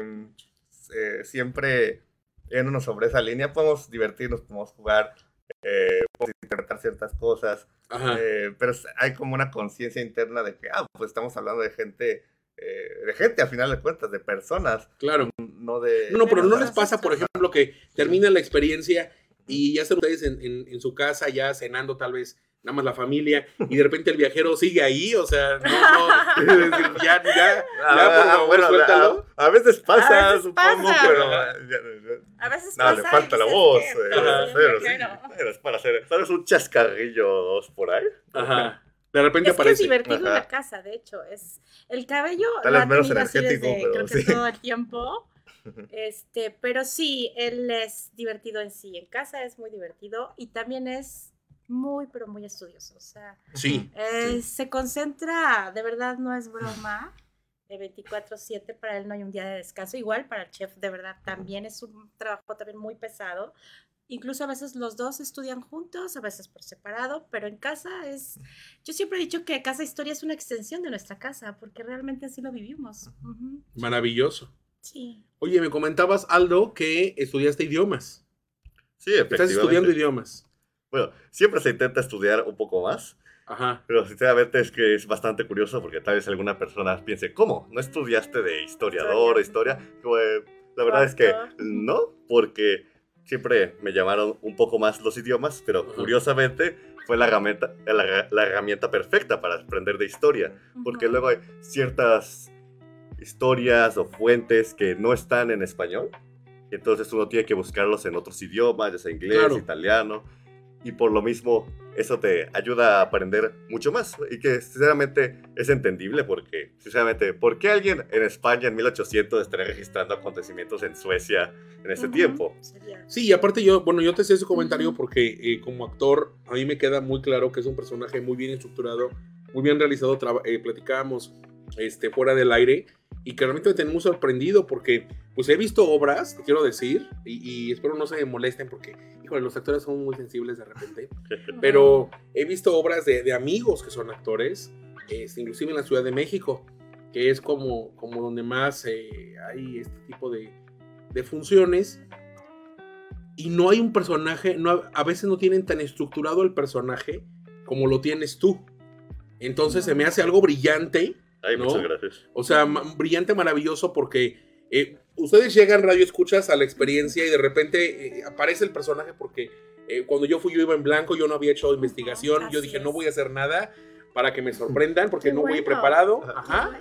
siempre yéndonos sobre esa línea podemos divertirnos, podemos jugar, podemos interpretar ciertas cosas, pero hay como una conciencia interna de que, pues estamos hablando de gente a final de cuentas, de personas. Claro. No, pero ¿no les pasa, por ejemplo, que termina la experiencia y ya están ustedes en su casa ya cenando tal vez nada más la familia, y de repente el viajero sigue ahí, o sea, no, ya, bueno, suéltalo. A veces pasa, supongo, pero a veces pasa. Le falta la voz, pero es para hacer, ¿sabes? Un chascarrillo o dos por ahí. Ajá. De repente es aparece. Que es divertido en la casa, de hecho, es el cabello tal vez menos energético, desde, pero creo que todo el tiempo. Pero sí, él es divertido en sí, en casa es muy divertido y también es muy, pero muy estudioso, o sea, sí. Se concentra, de verdad no es broma, de 24/7, para él no hay un día de descanso, igual para el chef, de verdad, también es un trabajo también muy pesado, incluso a veces los dos estudian juntos, a veces por separado, pero en casa yo siempre he dicho que Casa Historia es una extensión de nuestra casa, porque realmente así lo vivimos. Maravilloso. Sí. Oye, me comentabas, Aldo, que estudiaste idiomas. Sí, efectivamente. Estás estudiando idiomas. Bueno, siempre se intenta estudiar un poco más, pero sinceramente es que es bastante curioso porque tal vez alguna persona piense, ¿cómo? ¿No estudiaste de historiador o historia? La verdad es que no, porque siempre me llamaron un poco más los idiomas, pero curiosamente fue la herramienta perfecta para aprender de historia, porque luego hay ciertas historias o fuentes que no están en español, y entonces uno tiene que buscarlos en otros idiomas, ya sea inglés, italiano, y por lo mismo eso te ayuda a aprender mucho más, y que sinceramente es entendible porque, sinceramente, ¿por qué alguien en España en 1800 estaría registrando acontecimientos en Suecia en ese tiempo? Sí, y aparte yo te hacía ese comentario porque como actor a mí me queda muy claro que es un personaje muy bien estructurado, muy bien realizado, platicábamos fuera del aire, y que realmente me tenía muy sorprendido porque pues he visto obras, te quiero decir, y espero no se molesten porque, híjole, los actores son muy sensibles de repente, pero he visto obras de amigos que son actores, inclusive en la Ciudad de México, que es como donde más hay este tipo de funciones, y no hay un personaje, a veces no tienen tan estructurado el personaje como lo tienes tú. Entonces se me hace algo brillante. Ay, ¿no? muchas gracias. O sea, brillante, maravilloso, porque ustedes llegan radio escuchas a la experiencia y de repente aparece el personaje, porque cuando yo iba en blanco, yo no había hecho investigación, yo dije, no voy a hacer nada para que me sorprendan, porque no voy preparado. Ajá.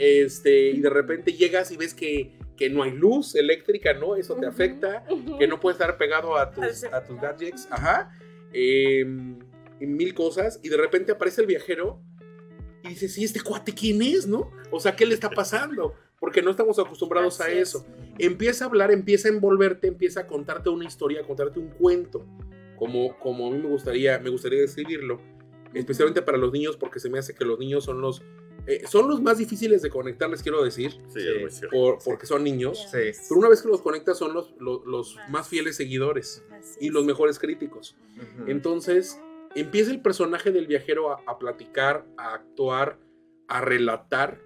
Y de repente llegas y ves que no hay luz eléctrica, ¿no? Eso te afecta, que no puedes estar pegado a tus gadgets, ajá. Y mil cosas, y de repente aparece el viajero y dices, ¿y este cuate quién es, no? O sea, ¿qué le está pasando? Porque no estamos acostumbrados a eso. Empieza a hablar, empieza a envolverte, empieza a contarte una historia, a contarte un cuento, como a mí me gustaría describirlo, especialmente para los niños, porque se me hace que los niños son los más difíciles de conectar, les quiero decir, Sí, es muy cierto. porque son niños, Sí. pero una vez que los conectas son los más fieles seguidores y los mejores críticos. Entonces empieza el personaje del viajero a platicar, a actuar, a relatar,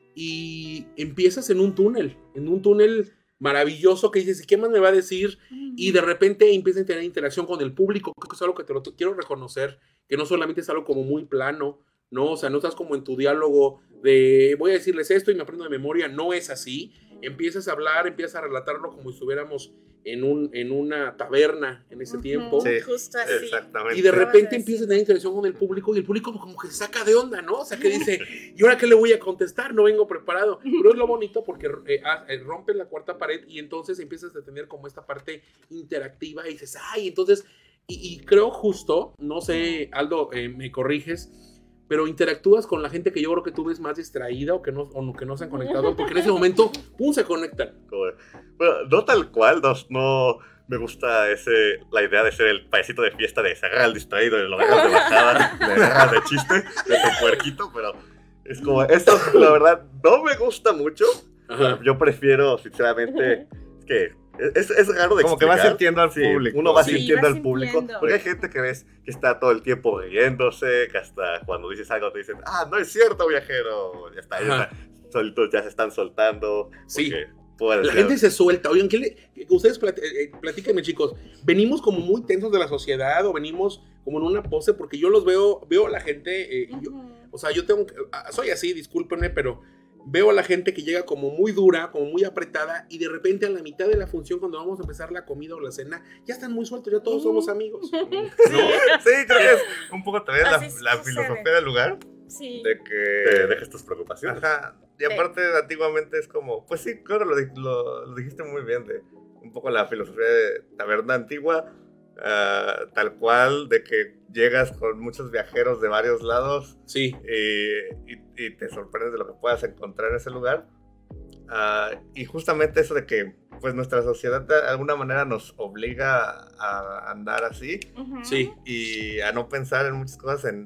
y empiezas en un túnel maravilloso que dices, ¿y qué más me va a decir? Y de repente empieza a tener interacción con el público, que es algo que te lo quiero reconocer, que no solamente es algo como muy plano, ¿no? O sea, no estás como en tu diálogo de voy a decirles esto y me aprendo de memoria, no es así. Empiezas a hablar, empiezas a relatarlo como si estuviéramos en una taberna en ese tiempo. Sí, Justo así. exactamente. Y de repente empiezas a tener interacción con el público y el público como que se saca de onda, ¿no? O sea, que dice, ¿y ahora qué le voy a contestar? No vengo preparado. Pero es lo bonito porque rompes la cuarta pared y entonces empiezas a tener como esta parte interactiva y dices, ay, entonces, y creo justo, no sé, Aldo, me corriges, pero interactúas con la gente que yo creo que tú ves más distraída o que no se han conectado, porque en ese momento, ¡pum!, se conectan. Bueno, no tal cual, no me gusta la idea de ser el payasito de fiesta, de cerrar al distraído, de lo dejas de bajada, de dejar de chiste, de tu puerquito, pero es como, esto la verdad no me gusta mucho. Ajá. Yo prefiero, sinceramente, que es raro de como que explicar. vas sintiendo al público. Uno va Sí, sintiendo vas al público, sintiendo. porque hay gente que ves que está todo el tiempo riéndose, que hasta cuando dices algo te dicen, no es cierto, viajero, ya está, solitos ya se están soltando. Sí. La gente se suelta. Oigan, ustedes platíquenme, chicos, ¿venimos como muy tensos de la sociedad o venimos como en una pose? Porque yo los veo a la gente, soy así, discúlpenme, pero veo a la gente que llega como muy dura, como muy apretada, y de repente a la mitad de la función, cuando vamos a empezar la comida o la cena, ya están muy sueltos, ya todos somos amigos. Sí, creo que es un poco también la sucede. filosofía del lugar. Sí. De te que dejes tus preocupaciones. Ajá. Y aparte, antiguamente es como, pues sí, claro, lo dijiste muy bien, de un poco la filosofía de taberna antigua, tal cual, de que llegas con muchos viajeros de varios lados. Sí. Y te sorprendes de lo que puedas encontrar en ese lugar. Y justamente eso de que, pues, nuestra sociedad de alguna manera nos obliga a andar así. Sí. Y a no pensar en muchas cosas, en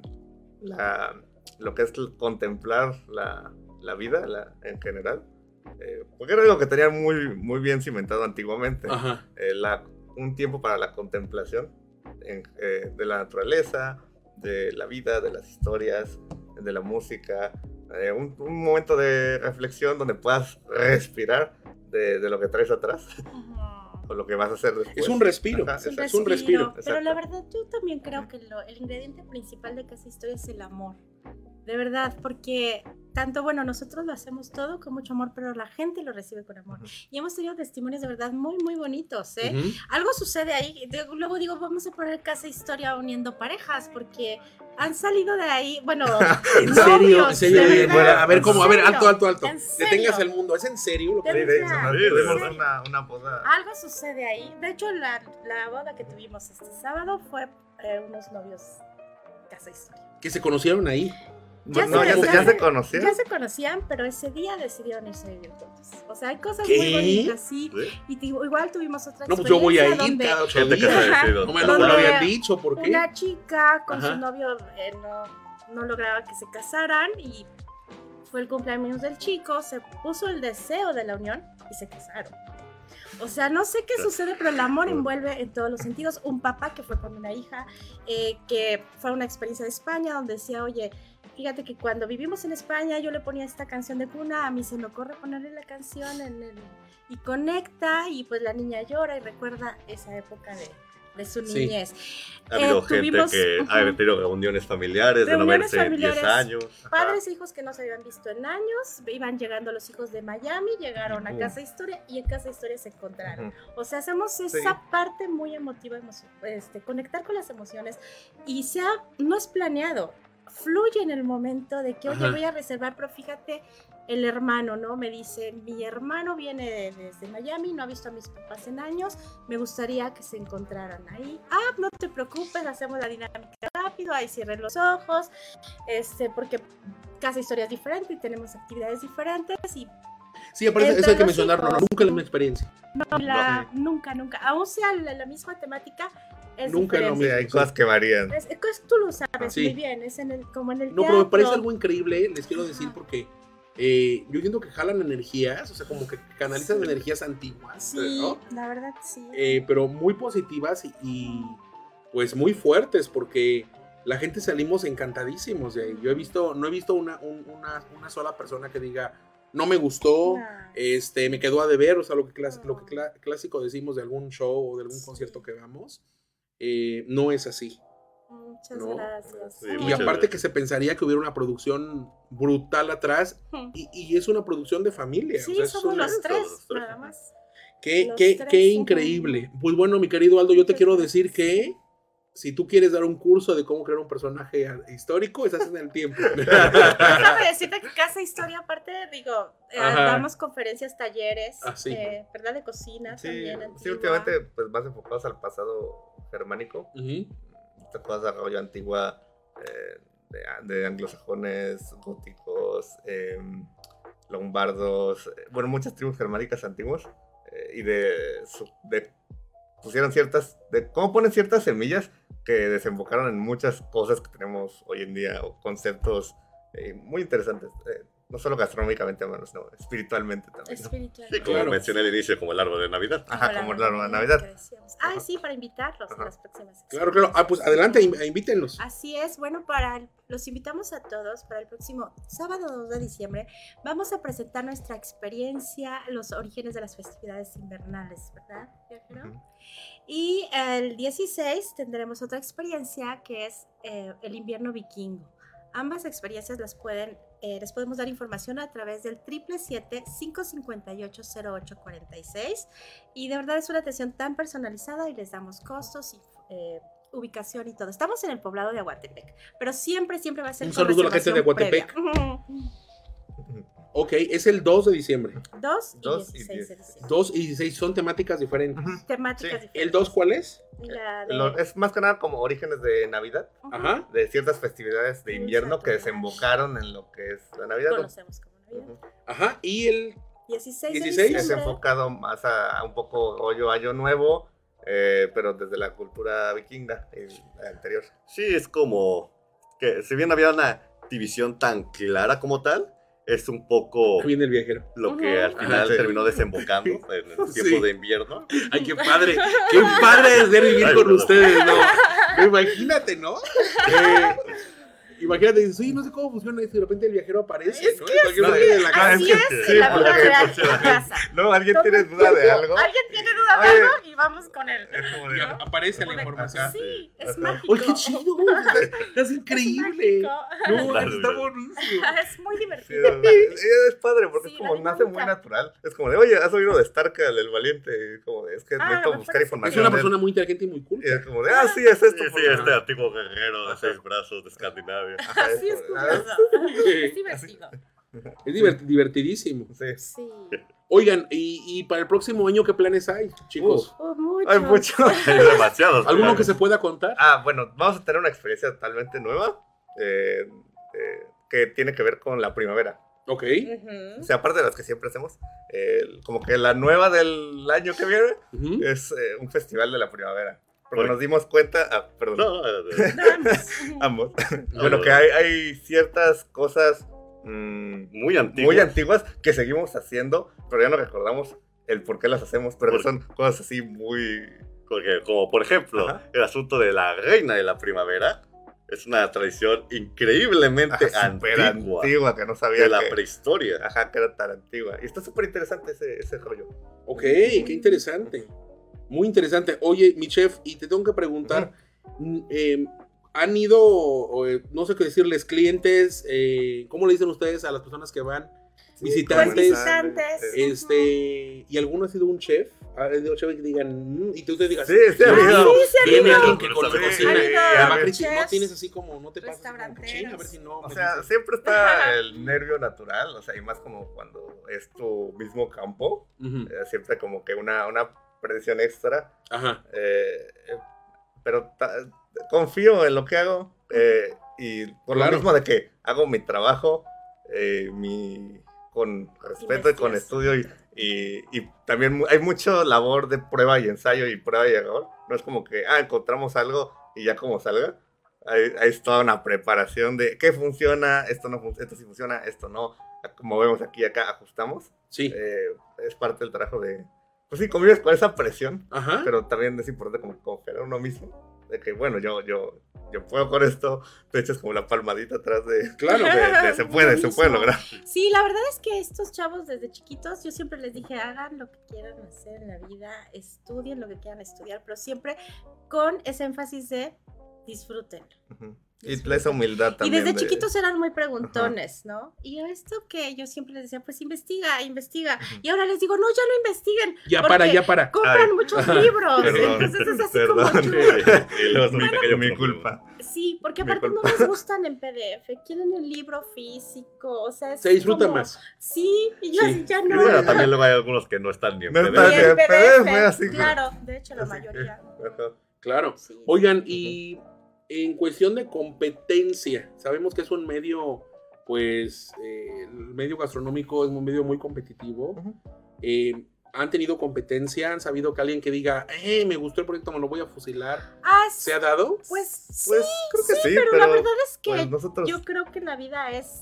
lo que es contemplar la vida en general, porque era algo que tenían muy, muy bien cimentado antiguamente. Ajá. Un tiempo para la contemplación de la naturaleza, de la vida, de las historias, de la música, un momento de reflexión donde puedas respirar de lo que traes atrás o lo que vas a hacer después. Es un respiro. Ajá, Es un respiro. Pero la verdad, yo también creo que el ingrediente principal de Casa Historia es el amor. De verdad, porque tanto, bueno, nosotros lo hacemos todo con mucho amor, pero la gente lo recibe con amor. Y hemos tenido testimonios de verdad muy, muy bonitos, ¿eh? Algo sucede ahí. Luego digo, vamos a poner Casa Historia uniendo parejas, porque han salido de ahí, bueno, ¿En serio? novios, ¿En serio? de verdad. A ver, ¿cómo? A ver, alto. ¿En serio? Detengas el mundo. ¿Es en serio? Sí, de hecho, verdad, tuvimos ¿en serio? una boda. Algo sucede ahí. De hecho, la boda que tuvimos este sábado fue unos novios Casa Historia. Que se conocieron ahí. Ya se conocían. Ya se conocían, pero ese día decidieron irse a vivir juntos. O sea, hay cosas ¿Qué? muy bonitas, sí. ¿Sí? Y igual tuvimos otra No, pues yo voy a ir donde cada 8 Gente que se ha días. Ajá. decidido. No me lo habían dicho, ¿por qué? una chica con Ajá. su novio no lograba que se casaran y fue el cumpleaños del chico, se puso el deseo de la unión y se casaron. O sea, no sé qué sucede, pero el amor envuelve en todos los sentidos. Un papá que fue con una hija, que fue una experiencia de España donde decía, oye, Fíjate que cuando vivimos en España yo le ponía esta canción de cuna, a mí se me ocurre ponerle la canción y conecta, y pues la niña llora y recuerda esa época de su niñez. Ha habido gente que ha tenido reuniones familiares de no verse en 10 años. Padres e hijos que no se habían visto en años, iban llegando los hijos de Miami, llegaron a Casa Historia y en Casa Historia se encontraron. O sea, hacemos esa parte muy emotiva, conectar con las emociones, y no es planeado, fluye en el momento de que, oye, voy a reservar, pero fíjate, el hermano, ¿no? Me dice, mi hermano viene desde Miami, no ha visto a mis papás en años, me gustaría que se encontraran ahí. No te preocupes, hacemos la dinámica rápido, ahí cierren los ojos, porque Casa Historia es diferente y tenemos actividades diferentes y... Sí, aparte eso hay que mencionarlo, nunca es la misma experiencia. Nunca, aún sea la misma temática, es nunca diferente. Hay cosas que varían. Tú lo sabes muy bien, es como en el teatro. No, pero me parece algo increíble, les quiero decir, porque yo siento que jalan energías, o sea, como que canalizan energías antiguas, sí, ¿no? La verdad, sí. Pero muy positivas y pues muy fuertes, porque la gente salimos encantadísimos de ahí. No he visto una sola persona que diga, no me gustó, me quedó a deber, o sea, lo que clásico decimos de algún show o de algún concierto que vamos, no es así. Muchas gracias. Sí, y aparte que se pensaría que hubiera una producción brutal atrás, y es una producción de familia. Sí, o sea, somos los tres, nada más. Qué increíble. Pues bueno, mi querido Aldo, yo te quiero decir que si tú quieres dar un curso de cómo crear un personaje histórico, estás en el tiempo. Déjame decirte que Casa Historia, aparte, damos conferencias, talleres, ¿verdad? De cocina también. Sí, últimamente, pues más enfocados al pasado germánico. Esta cosa de rollo antigua, de anglosajones, góticos, lombardos, bueno, muchas tribus germánicas antiguas, y pusieron cómo ponen ciertas semillas que desembocaron en muchas cosas que tenemos hoy en día, o conceptos muy interesantes, no solo gastronómicamente, sino espiritualmente también, ¿no? Sí, como mencioné al inicio, como el árbol de Navidad. Como el árbol de Navidad. Sí, para invitarlos a las próximas sesiones. Claro. Pues adelante, invítenlos. Así es, bueno, los invitamos a todos para el próximo sábado 2 de diciembre. Vamos a presentar nuestra experiencia, los orígenes de las festividades invernales, ¿verdad, viajero? Y el 16 tendremos otra experiencia que es el invierno vikingo. Ambas experiencias les podemos dar información a través del 777-558-0846, y de verdad es una atención tan personalizada y les damos costos y ubicación y todo. Estamos en el poblado de Aguatepec, pero siempre va a ser un saludo a la gente de Aguatepec. Ok, es el 2 de diciembre. 2 y 16 de diciembre. 2 y 16 son temáticas diferentes. Diferentes. ¿El 2 cuál es? Es más que nada como orígenes de Navidad, de ciertas festividades de invierno que desembocaron en lo que es la Navidad. Conocemos como Navidad. Y el 16 es enfocado más a un poco año nuevo, pero desde la cultura vikinga anterior. Sí, es como que si bien había una división tan clara como tal, es un poco viene el viajero, lo que al final terminó desembocando en el tiempo de invierno. Ay, qué padre es de vivir con ustedes, ¿no? Imagínate, ¿no? Imagínate, dices, oye, no sé cómo funciona esto, y de repente el viajero aparece, ¿no? Así es, en la vida real de la casa. No, ¿alguien tiene duda de algo? Alguien tiene duda de algo y vamos con él. Y aparece la información. Sí, es mágico. ¡Oye, qué chido! Es increíble. No, está buenísimo. Es muy divertido. Es padre porque es como, nace muy natural. Es como de, oye, ¿has oído de Starkal, el valiente? Como de, es que necesito buscar información. Es una persona muy inteligente y muy cool. Y es como de, sí, es esto. Sí, este antiguo guerrero de 6 brazos de Escandinavia. Así es curioso. Es divertido. Es divertidísimo. Sí. Oigan, ¿y para el próximo año qué planes hay, chicos? Hay mucho. Hay demasiados. ¿Alguno que se pueda contar? Bueno, vamos a tener una experiencia totalmente nueva que tiene que ver con la primavera. Ok. O sea, aparte de las que siempre hacemos, como que la nueva del año que viene es un festival de la primavera. Porque nos dimos cuenta, perdón. No. Ambos. Bueno, que hay ciertas cosas muy antiguas que seguimos haciendo, pero ya no recordamos el por qué las hacemos, pero son cosas así muy... Porque, como por ejemplo, el asunto de la reina de la primavera, Es una tradición increíblemente Súper antigua. antigua, que no sabía De la que, prehistoria. ajá, que era tan antigua. Y está súper interesante ese rollo. Ok, qué interesante. Muy interesante. Oye, mi chef, y te tengo que preguntar, ¿han ido, no sé qué decirles, clientes, cómo le dicen ustedes a las personas que van? Visitantes. Pues visitantes. ¿Y alguno ha sido un chef? ¿Ha sido chef que digan, y tú te digas, Sí, sí, ha habido. viene habido. alguien que conoce Sí, cocina? sí, Además, sí, Cristi, no chefs, tienes así como, no te pasas como restauranteros. cocina, a ver si no. O me sea, dices. siempre está el nervio natural, o sea, y más como cuando es tu mismo campo, Ujú. siempre como que una presión extra, Ajá. pero confío en lo que hago, y por Claro. lo mismo de que hago mi trabajo, con respeto y con Investigación. estudio, y también hay mucho labor de prueba y ensayo y prueba y error. No es como que, encontramos algo y ya como salga. Hay toda una preparación de qué funciona, esto no funciona, esto sí funciona, esto no. Como vemos aquí y acá, ajustamos. Sí. Es parte del trabajo de... Pues sí, convives con esa presión, Ajá. pero también es importante como confiar en uno mismo. De que, bueno, yo puedo con esto, te echas como la palmadita atrás de... Claro. de se puede lograr. Sí, la verdad es que estos chavos desde chiquitos, yo siempre les dije, hagan lo que quieran hacer en la vida, estudien lo que quieran estudiar, pero siempre con ese énfasis de disfruten. Ujú. Y esa humildad Y también. desde chiquitos eran muy preguntones, ¿no? Y esto que yo siempre les decía, pues investiga. Y ahora les digo, no, ya no investiguen. Ya porque para. compran Ay. muchos libros. Perdón, Entonces es así perdón. como chulo. Y luego se me cayó mi culpa. Sí, porque Mi aparte no culpa. les gustan en PDF, quieren el libro físico, o sea, es Se disfruta como- más. Sí, y yo Sí. así ya Y no. bueno, también luego hay algunos que no están ni en No PDF. están Y bien. en PDF, PDF, así que- claro, de hecho la Así que- mayoría. Ajá. Claro. Sí. Oigan, y en cuestión de competencia, sabemos que es un medio, pues, el medio gastronómico es un medio muy competitivo. Ujú. ¿Han tenido competencia? ¿Han sabido que alguien que diga, me gustó el proyecto, me lo voy a fusilar? ¿Se ha dado? Pues Pues creo que sí, pero la verdad es que pues nosotros... yo creo que la vida es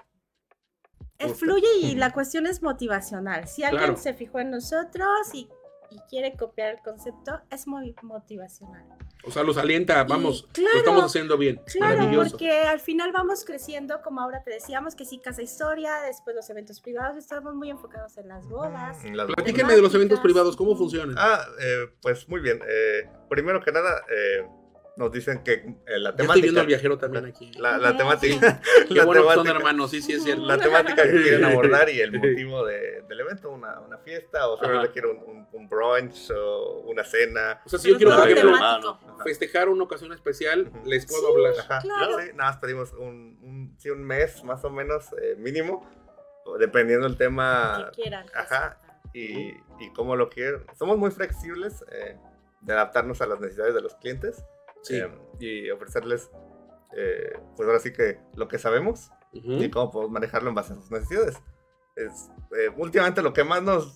Justo. fluye y la cuestión es motivacional. Si alguien Claro. se fijó en nosotros y quiere copiar el concepto, es muy motivacional. O sea, los alienta, vamos, claro, lo estamos haciendo bien. Claro, Maravilloso. porque al final vamos creciendo, como ahora te decíamos, que sí, Casa Historia, después los eventos privados, estamos muy enfocados en las bodas. Las- Platíquenme de los eventos privados, ¿cómo funcionan? Pues muy bien. Primero que nada, nos dicen que la Ya temática... estoy viendo al viajero también aquí. La temática... Qué la bueno que son temática- hermanos, sí, es cierto. La temática que quieren abordar y el motivo del evento, una fiesta, o Ajá. simplemente quieren un brunch o una cena. O sea, si yo quiero, Todo por ejemplo, temático. festejar una ocasión especial, Ujú. les puedo hablar. Ajá, Claro. sí, nada más pedimos un mes más o menos mínimo, dependiendo del tema Que quieran. ajá. y cómo lo quieren. Somos muy flexibles de adaptarnos a las necesidades de los clientes Sí. y ofrecerles, pues ahora sí que lo que sabemos Ujú. y cómo podemos manejarlo en base a sus necesidades. Últimamente lo que más nos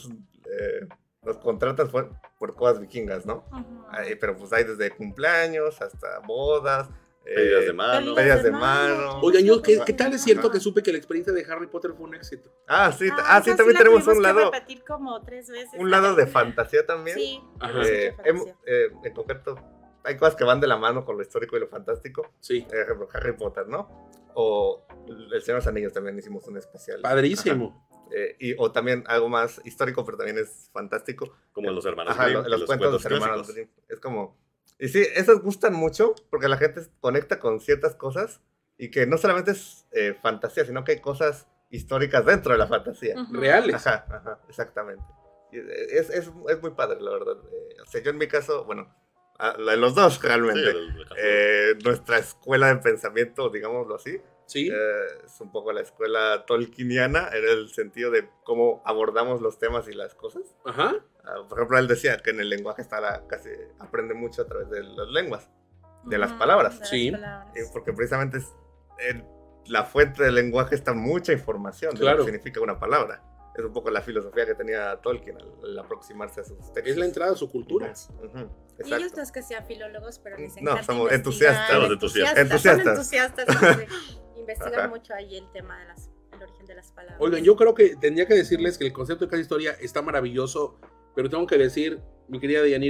contratan fue por cosas vikingas, ¿no? Ujú. Pero pues hay desde cumpleaños hasta bodas, Pedidas de mano. pedidas de mano. Oigan, ¿qué tal es cierto que supe que la experiencia de Harry Potter fue un éxito? Sí, esa sí, también la tenemos tuvimos un que lado, repetir como 3 veces. un lado de fantasía también. Sí, Ajá. tenemos mucha fantasía. En concreto, hay cosas que van de la mano con lo histórico y lo fantástico. Sí. Por ejemplo, Harry Potter, ¿no? O El Señor de los Anillos también hicimos un especial. Padrísimo. Ajá. O también algo más histórico, pero también es fantástico. Como los hermanos Ajá, Grimm, los cuentos de los hermanos clásicos. Grimm. Es como... Y sí, esos gustan mucho porque la gente conecta con ciertas cosas y que no solamente es fantasía, sino que hay cosas históricas dentro de la fantasía. Ujú. Reales. Ajá, exactamente. Y es muy padre, la verdad. O sea, yo en mi caso, bueno, los dos Sí, realmente. Nuestra escuela de pensamiento, digámoslo así, Sí. es un poco la escuela tolkieniana en el sentido de cómo abordamos los temas y las cosas. Ajá. Por ejemplo, él decía que en el lenguaje casi aprende mucho a través de las lenguas, de las Ujú, palabras. de las Sí. palabras. Porque precisamente la fuente del lenguaje está mucha información de Claro. lo que significa una palabra. Es un poco la filosofía que tenía Tolkien al aproximarse a sus textos. Es la entrada a su cultura. Ujú, Y exacto. ellos no es que sean filólogos, pero les No, encanta somos investigar. entusiastas. Somos entusiastas. Son entusiastas. Sí. Investigan Ajá. mucho ahí el tema de el origen de las palabras. Oigan, yo creo que tendría que decirles que el concepto de Casa Historia está maravilloso, pero tengo que decir, mi querida Deyanira,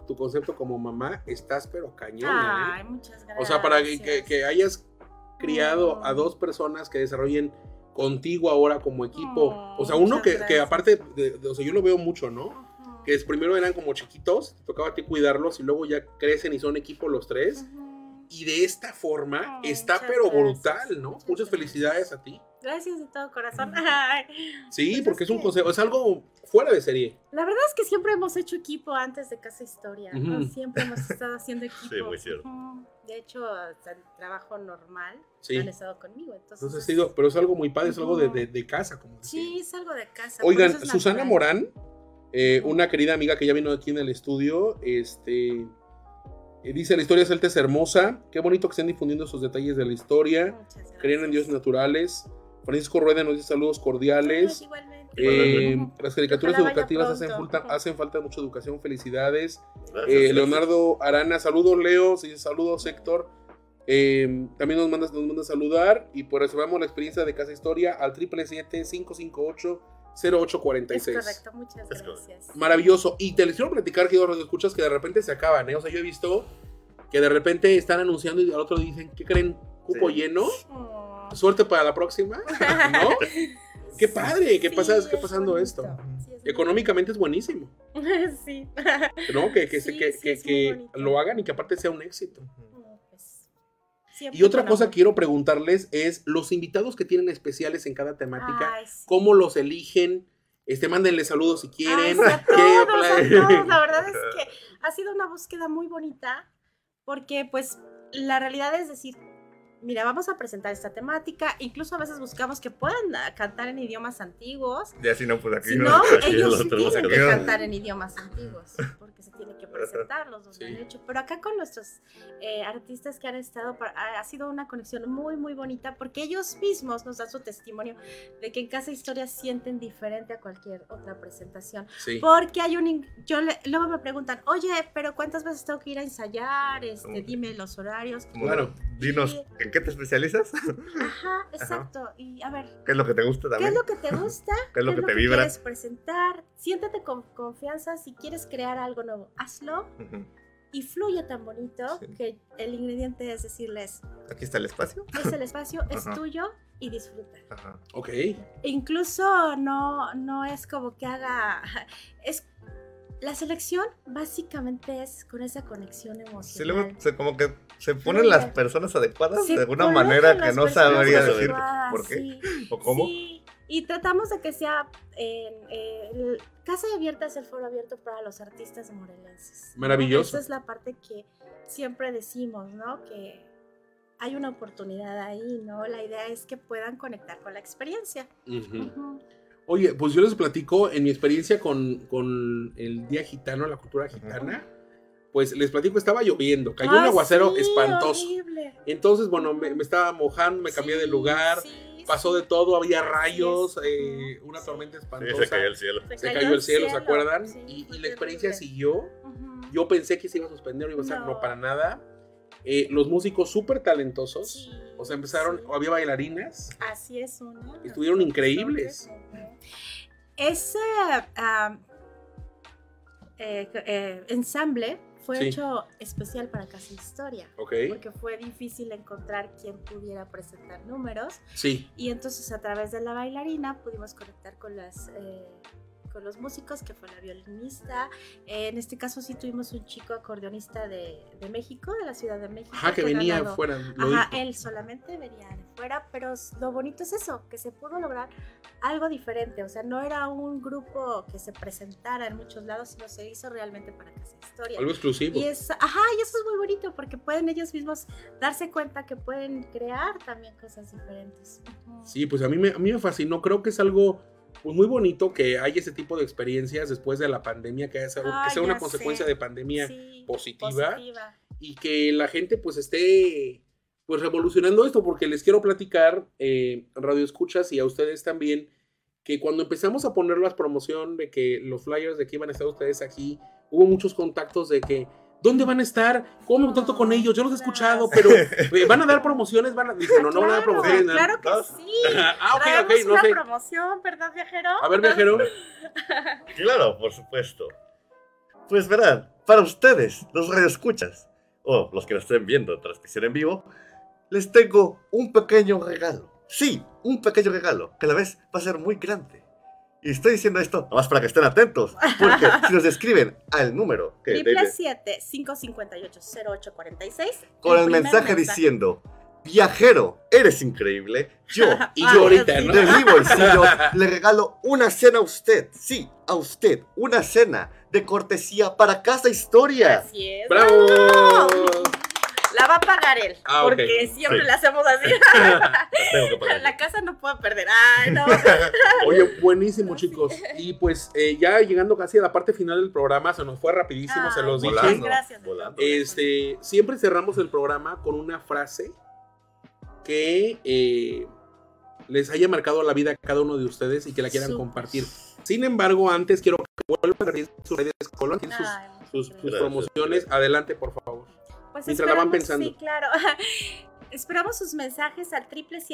tu concepto como mamá, estás pero cañona, Ay, muchas gracias. O sea, para que hayas criado a 2 personas que desarrollen contigo ahora como equipo. O sea, uno que aparte, o sea, yo lo veo mucho, ¿no? Que primero eran como chiquitos, te tocaba a ti cuidarlos y luego ya crecen y son equipo los 3. Y de esta forma está pero brutal, ¿no? Muchas felicidades a ti. Gracias de todo corazón. Sí, Pues porque es es un que- consejo, es algo fuera de serie. La verdad es que siempre hemos hecho equipo antes de Casa Historia, ¿no? Ujú. Siempre hemos estado haciendo equipo. Sí, muy cierto. De hecho, hasta el trabajo normal Sí. han estado conmigo. Entonces, Pero es algo muy padre, es algo de casa, como decía. sí, es algo de casa. Oigan, por eso es Susana natural. Morán, una querida amiga que ya vino aquí en el estudio, dice: la historia celta es hermosa, qué bonito que estén difundiendo esos detalles de la historia, Muchas gracias. creen en dioses naturales. Francisco Rueda nos dice saludos cordiales. Ay, igualmente. Las caricaturas Ojalá vaya educativas pronto. hacen falta mucha educación, felicidades. Gracias. Leonardo Arana, saludos Leo, sí, saludos Héctor. También nos manda a saludar y por eso vamos la experiencia de Casa Historia al 777-558-0846. Es correcto, muchas Es gracias. Maravilloso. Y te les quiero platicar, que escuchas que de repente se acaban, ¿eh? O sea, yo he visto que de repente están anunciando y al otro dicen, ¿qué creen? Cupo Sí. lleno. Oh. Suerte para la próxima, ¿no? Qué padre, ¿qué Sí, pasa? ¿Qué es pasando bonito. esto? Sí, es Económicamente es buenísimo, sí. ¿no? Que Sí, sí, es muy que bonito. lo hagan y que aparte sea un éxito. No, pues, siempre Y otra con cosa amor. que quiero preguntarles es, los invitados que tienen especiales en cada temática, Ay, sí. ¿cómo los eligen? Mándenle saludos si Ay, quieren. sí, a ¿Qué todos, pla- La verdad es que ha sido una búsqueda muy bonita porque pues la realidad es decir, mira, vamos a presentar esta temática, incluso a veces buscamos que puedan cantar en idiomas antiguos. Ya si no, pues aquí Si no. no, Aquí ellos lo sí tenemos tienen que que ver. cantar en idiomas antiguos, porque se tiene que presentar, los dos Sí. lo han hecho. Pero acá con nuestros artistas que han estado, ha sido una conexión muy, muy bonita, porque ellos mismos nos dan su testimonio de que en Casa Historia sienten diferente a cualquier otra presentación. Sí. Porque hay luego me preguntan, oye, pero ¿cuántas veces tengo que ir a ensayar? Dime los horarios. Claro. Dinos, ¿en qué te especializas? Ajá, exacto. Y a ver, ¿Qué es lo que te gusta ¿qué también? es lo que te gusta? ¿Qué es lo que te vibra? quieres presentar? Siéntate con confianza. Si quieres crear algo nuevo, hazlo Ujú. y fluye tan bonito Sí. que el ingrediente es decirles, Aquí está el espacio. es el espacio, es Ajá. tuyo y disfruta. Ajá. Ok. Incluso no es como que haga... La selección básicamente es con esa conexión Sí, emocional. luego como que se ponen las personas adecuadas Se de alguna colocan manera que las no personas sabría decir adecuadas, por qué sí. o cómo. Sí, y tratamos de que sea Casa Abierta es el foro abierto para los artistas morelenses, ¿no? Maravilloso. Esa es la parte que siempre decimos, ¿no? Que hay una oportunidad ahí, ¿no? La idea es que puedan conectar con la experiencia. Ujú. Ujú. Oye, pues yo les platico en mi experiencia con el Día Gitano, la cultura gitana. Pues les platico, estaba lloviendo, cayó un Ay, aguacero sí, espantoso. horrible. Entonces, bueno, me estaba mojando, me cambié Sí, de lugar, sí, pasó sí. de todo, había Así rayos, es. una Sí. tormenta Sí, espantosa. se cayó el cielo. Se cayó el cielo, ¿se acuerdan? Sí, y fue la experiencia terrible. siguió. Ujú. Yo pensé que se iba a suspender, iba a ser, No. no para nada. Los músicos súper talentosos. Sí, O sea, empezaron, sí. había bailarinas. Así es uno. Estuvieron increíbles. Ese ensamble fue Sí. hecho especial para Casa Historia. Ok. Porque fue difícil encontrar quien pudiera presentar números. Sí. Y entonces a través de la bailarina pudimos conectar con con los músicos, que fue la violinista. En este caso sí tuvimos un chico acordeonista de México, de la Ciudad de México. Ajá, que venía ganado- afuera. Lo Ajá, dijo. él solamente venía de fuera, pero lo bonito es eso, que se pudo lograr algo diferente. O sea, no era un grupo que se presentara en muchos lados, sino se hizo realmente para Casa Historia. Algo exclusivo. Y y eso es muy bonito porque pueden ellos mismos darse cuenta que pueden crear también cosas diferentes. Ujú. Sí, pues a mí me fascinó. Creo que es algo pues, muy bonito que haya ese tipo de experiencias después de la pandemia, que sea Ay, una ya consecuencia sé. de pandemia Sí, positiva. Y que la gente pues esté pues revolucionando esto, porque les quiero platicar, Radio Escuchas y a ustedes también, que cuando empezamos a poner la promoción de que los flyers de que iban a estar ustedes aquí, hubo muchos contactos de que ¿dónde van a estar? ¿Cómo me contacto con ellos? Yo los he escuchado, pero ¿van a dar promociones? Dije, no van a dar promociones. ¿no? Claro que ¿no? sí. Ok, Traemos no una sé. promoción, ¿verdad, viajero? A ver, viajero. Claro, por supuesto. Pues verán, para ustedes, los radioescuchas, o los que lo estén viendo transmisión en vivo, les tengo un pequeño regalo. Sí, un pequeño regalo, que a la vez va a ser muy grande. Y estoy diciendo esto nada más para que estén atentos, porque si nos escriben al número que 777-558-0846 con el mensaje diciendo: viajero, eres increíble, yo Y yo ahorita, ¿no? de mi bolsillo le regalo una cena a usted. Sí, a usted, una cena de cortesía para Casa Historia. Así es. ¡Bravo! La va a pagar él, Ah, porque ok. siempre Sí. la hacemos así. Tengo que pagar. La casa no puede perder. Ay, no. Oye, buenísimo, chicos. Y pues ya llegando casi a la parte final del programa, se nos fue rapidísimo, se los Ay, dije. volando. Gracias. Volando. Siempre cerramos el programa con una frase que les haya marcado la vida a cada uno de ustedes y que la quieran Súper. compartir. Sin embargo, antes quiero que vuelvan a repetir sus redes, Colón, sus, Ay, sus gracias. promociones. Adelante, por favor. Pues Mientras la van esperamos- pensando. Sí, claro. Esperamos sus mensajes al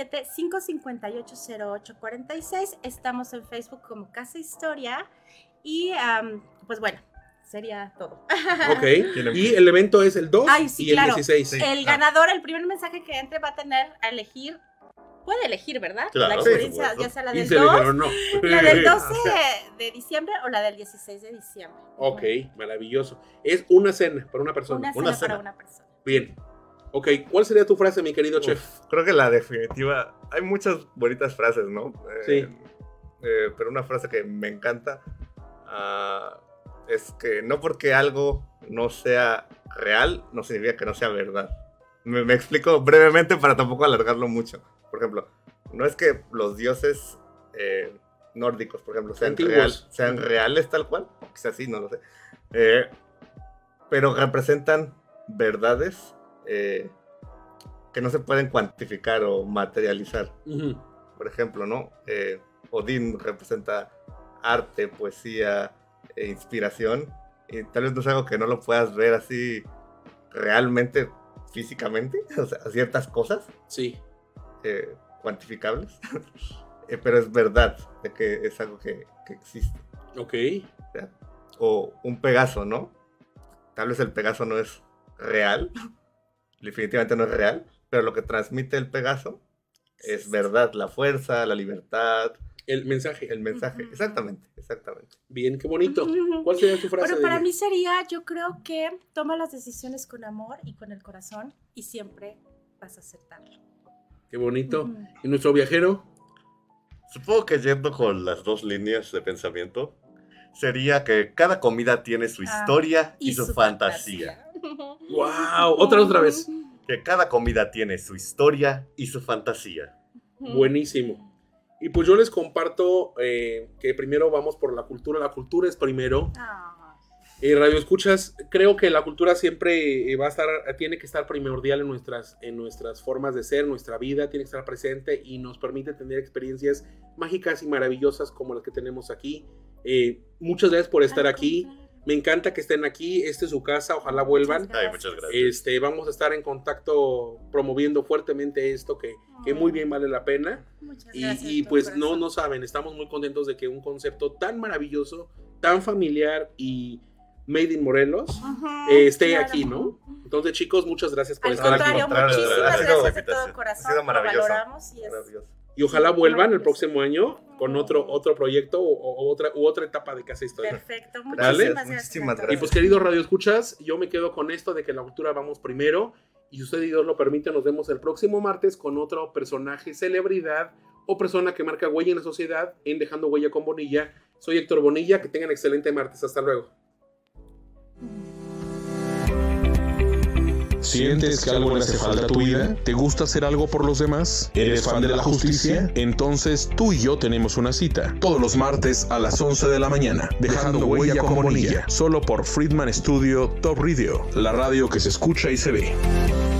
777-558-0846. Estamos en Facebook como Casa Historia. Y pues bueno, sería todo. Ok. Y el evento es el 2 Ay, sí, y el claro. 16. Sí. El ganador, el primer mensaje que entre va a tener a elegir. Puede elegir, ¿verdad? Claro, la por experiencia, supuesto. ya sea la Y del se le 2, dijeron no. la del 12 de diciembre o la del 16 de diciembre. Ok, maravilloso. Es una cena para una persona. Una cena cena. para una persona. Bien. Ok, ¿cuál sería tu frase, mi querido chef? Creo que la definitiva, hay muchas bonitas frases, ¿no? Sí. Pero una frase que me encanta es que no porque algo no sea real, no significa que no sea verdad. Me explico brevemente para tampoco alargarlo mucho. Por ejemplo, no es que los dioses nórdicos, por ejemplo, Antiguos. sean reales tal cual, o quizás sí, no lo sé. Pero representan verdades que no se pueden cuantificar o materializar. Ujú. Por ejemplo, ¿no? Odín representa arte, poesía, inspiración, y tal vez no es algo que no lo puedas ver así realmente, físicamente, o sea, ciertas cosas Sí. cuantificables, pero es verdad de que es algo que existe. Ok. O un Pegaso, ¿no? Tal vez el Pegaso no es real, definitivamente no es real, pero lo que transmite el Pegaso es verdad, la fuerza, la libertad, El mensaje. el mensaje. Ujú. Exactamente. Bien, qué bonito. ¿Cuál sería tu frase? Bueno, para Delia? mí sería, yo creo que toma las decisiones con amor y con el corazón y siempre vas a acertarlo. Qué bonito. Ujú. ¿Y nuestro viajero? Supongo que yendo con las dos líneas de pensamiento, sería que cada comida tiene su historia y su fantasía. ¡Wow! Otra vez. Que cada comida tiene su historia y su fantasía. Buenísimo. Y pues yo les comparto que primero vamos por la cultura. La cultura es primero. Ah, Radio Escuchas, creo que la cultura siempre tiene que estar primordial en nuestras formas de ser, nuestra vida, tiene que estar presente y nos permite tener experiencias mágicas y maravillosas como las que tenemos aquí. Muchas gracias por estar aquí. Me encanta que estén aquí. Esta es su casa. Ojalá vuelvan. Ay, muchas gracias. Vamos a estar en contacto promoviendo fuertemente esto que muy bien vale la pena. Muchas Y gracias. de todo pues corazón. no saben, estamos muy contentos de que un concepto tan maravilloso, tan familiar y made in Morelos Ujú, esté claro. aquí, ¿no? Entonces, chicos, muchas gracias por Al estar aquí. contrario, Contrario, muchísimas ha sido gracias de invitación. todo corazón. Ha sido Lo maravilloso. valoramos y es Maravilloso. Y ojalá Sí, vuelvan el maravilloso. próximo año con otro proyecto o otra etapa de Casa Historia. perfecto. Dale. Muchísimas gracias. Muchísimas Y gracias. pues, queridos Radio Escuchas, yo me quedo con esto de que la cultura vamos primero. Y si usted y Dios lo permite, nos vemos el próximo martes con otro personaje, celebridad o persona que marca huella en la sociedad en Dejando Huella con Bonilla. Soy Héctor Bonilla, que tengan excelente martes. Hasta luego. ¿Sientes que algo le hace falta a tu vida? ¿Te gusta hacer algo por los demás? ¿Eres fan de la justicia? Entonces tú y yo tenemos una cita. Todos los martes a las 11 de la mañana. Dejando huella con Bonilla. Solo por Friedman Studio Top Radio. La radio que se escucha y se ve.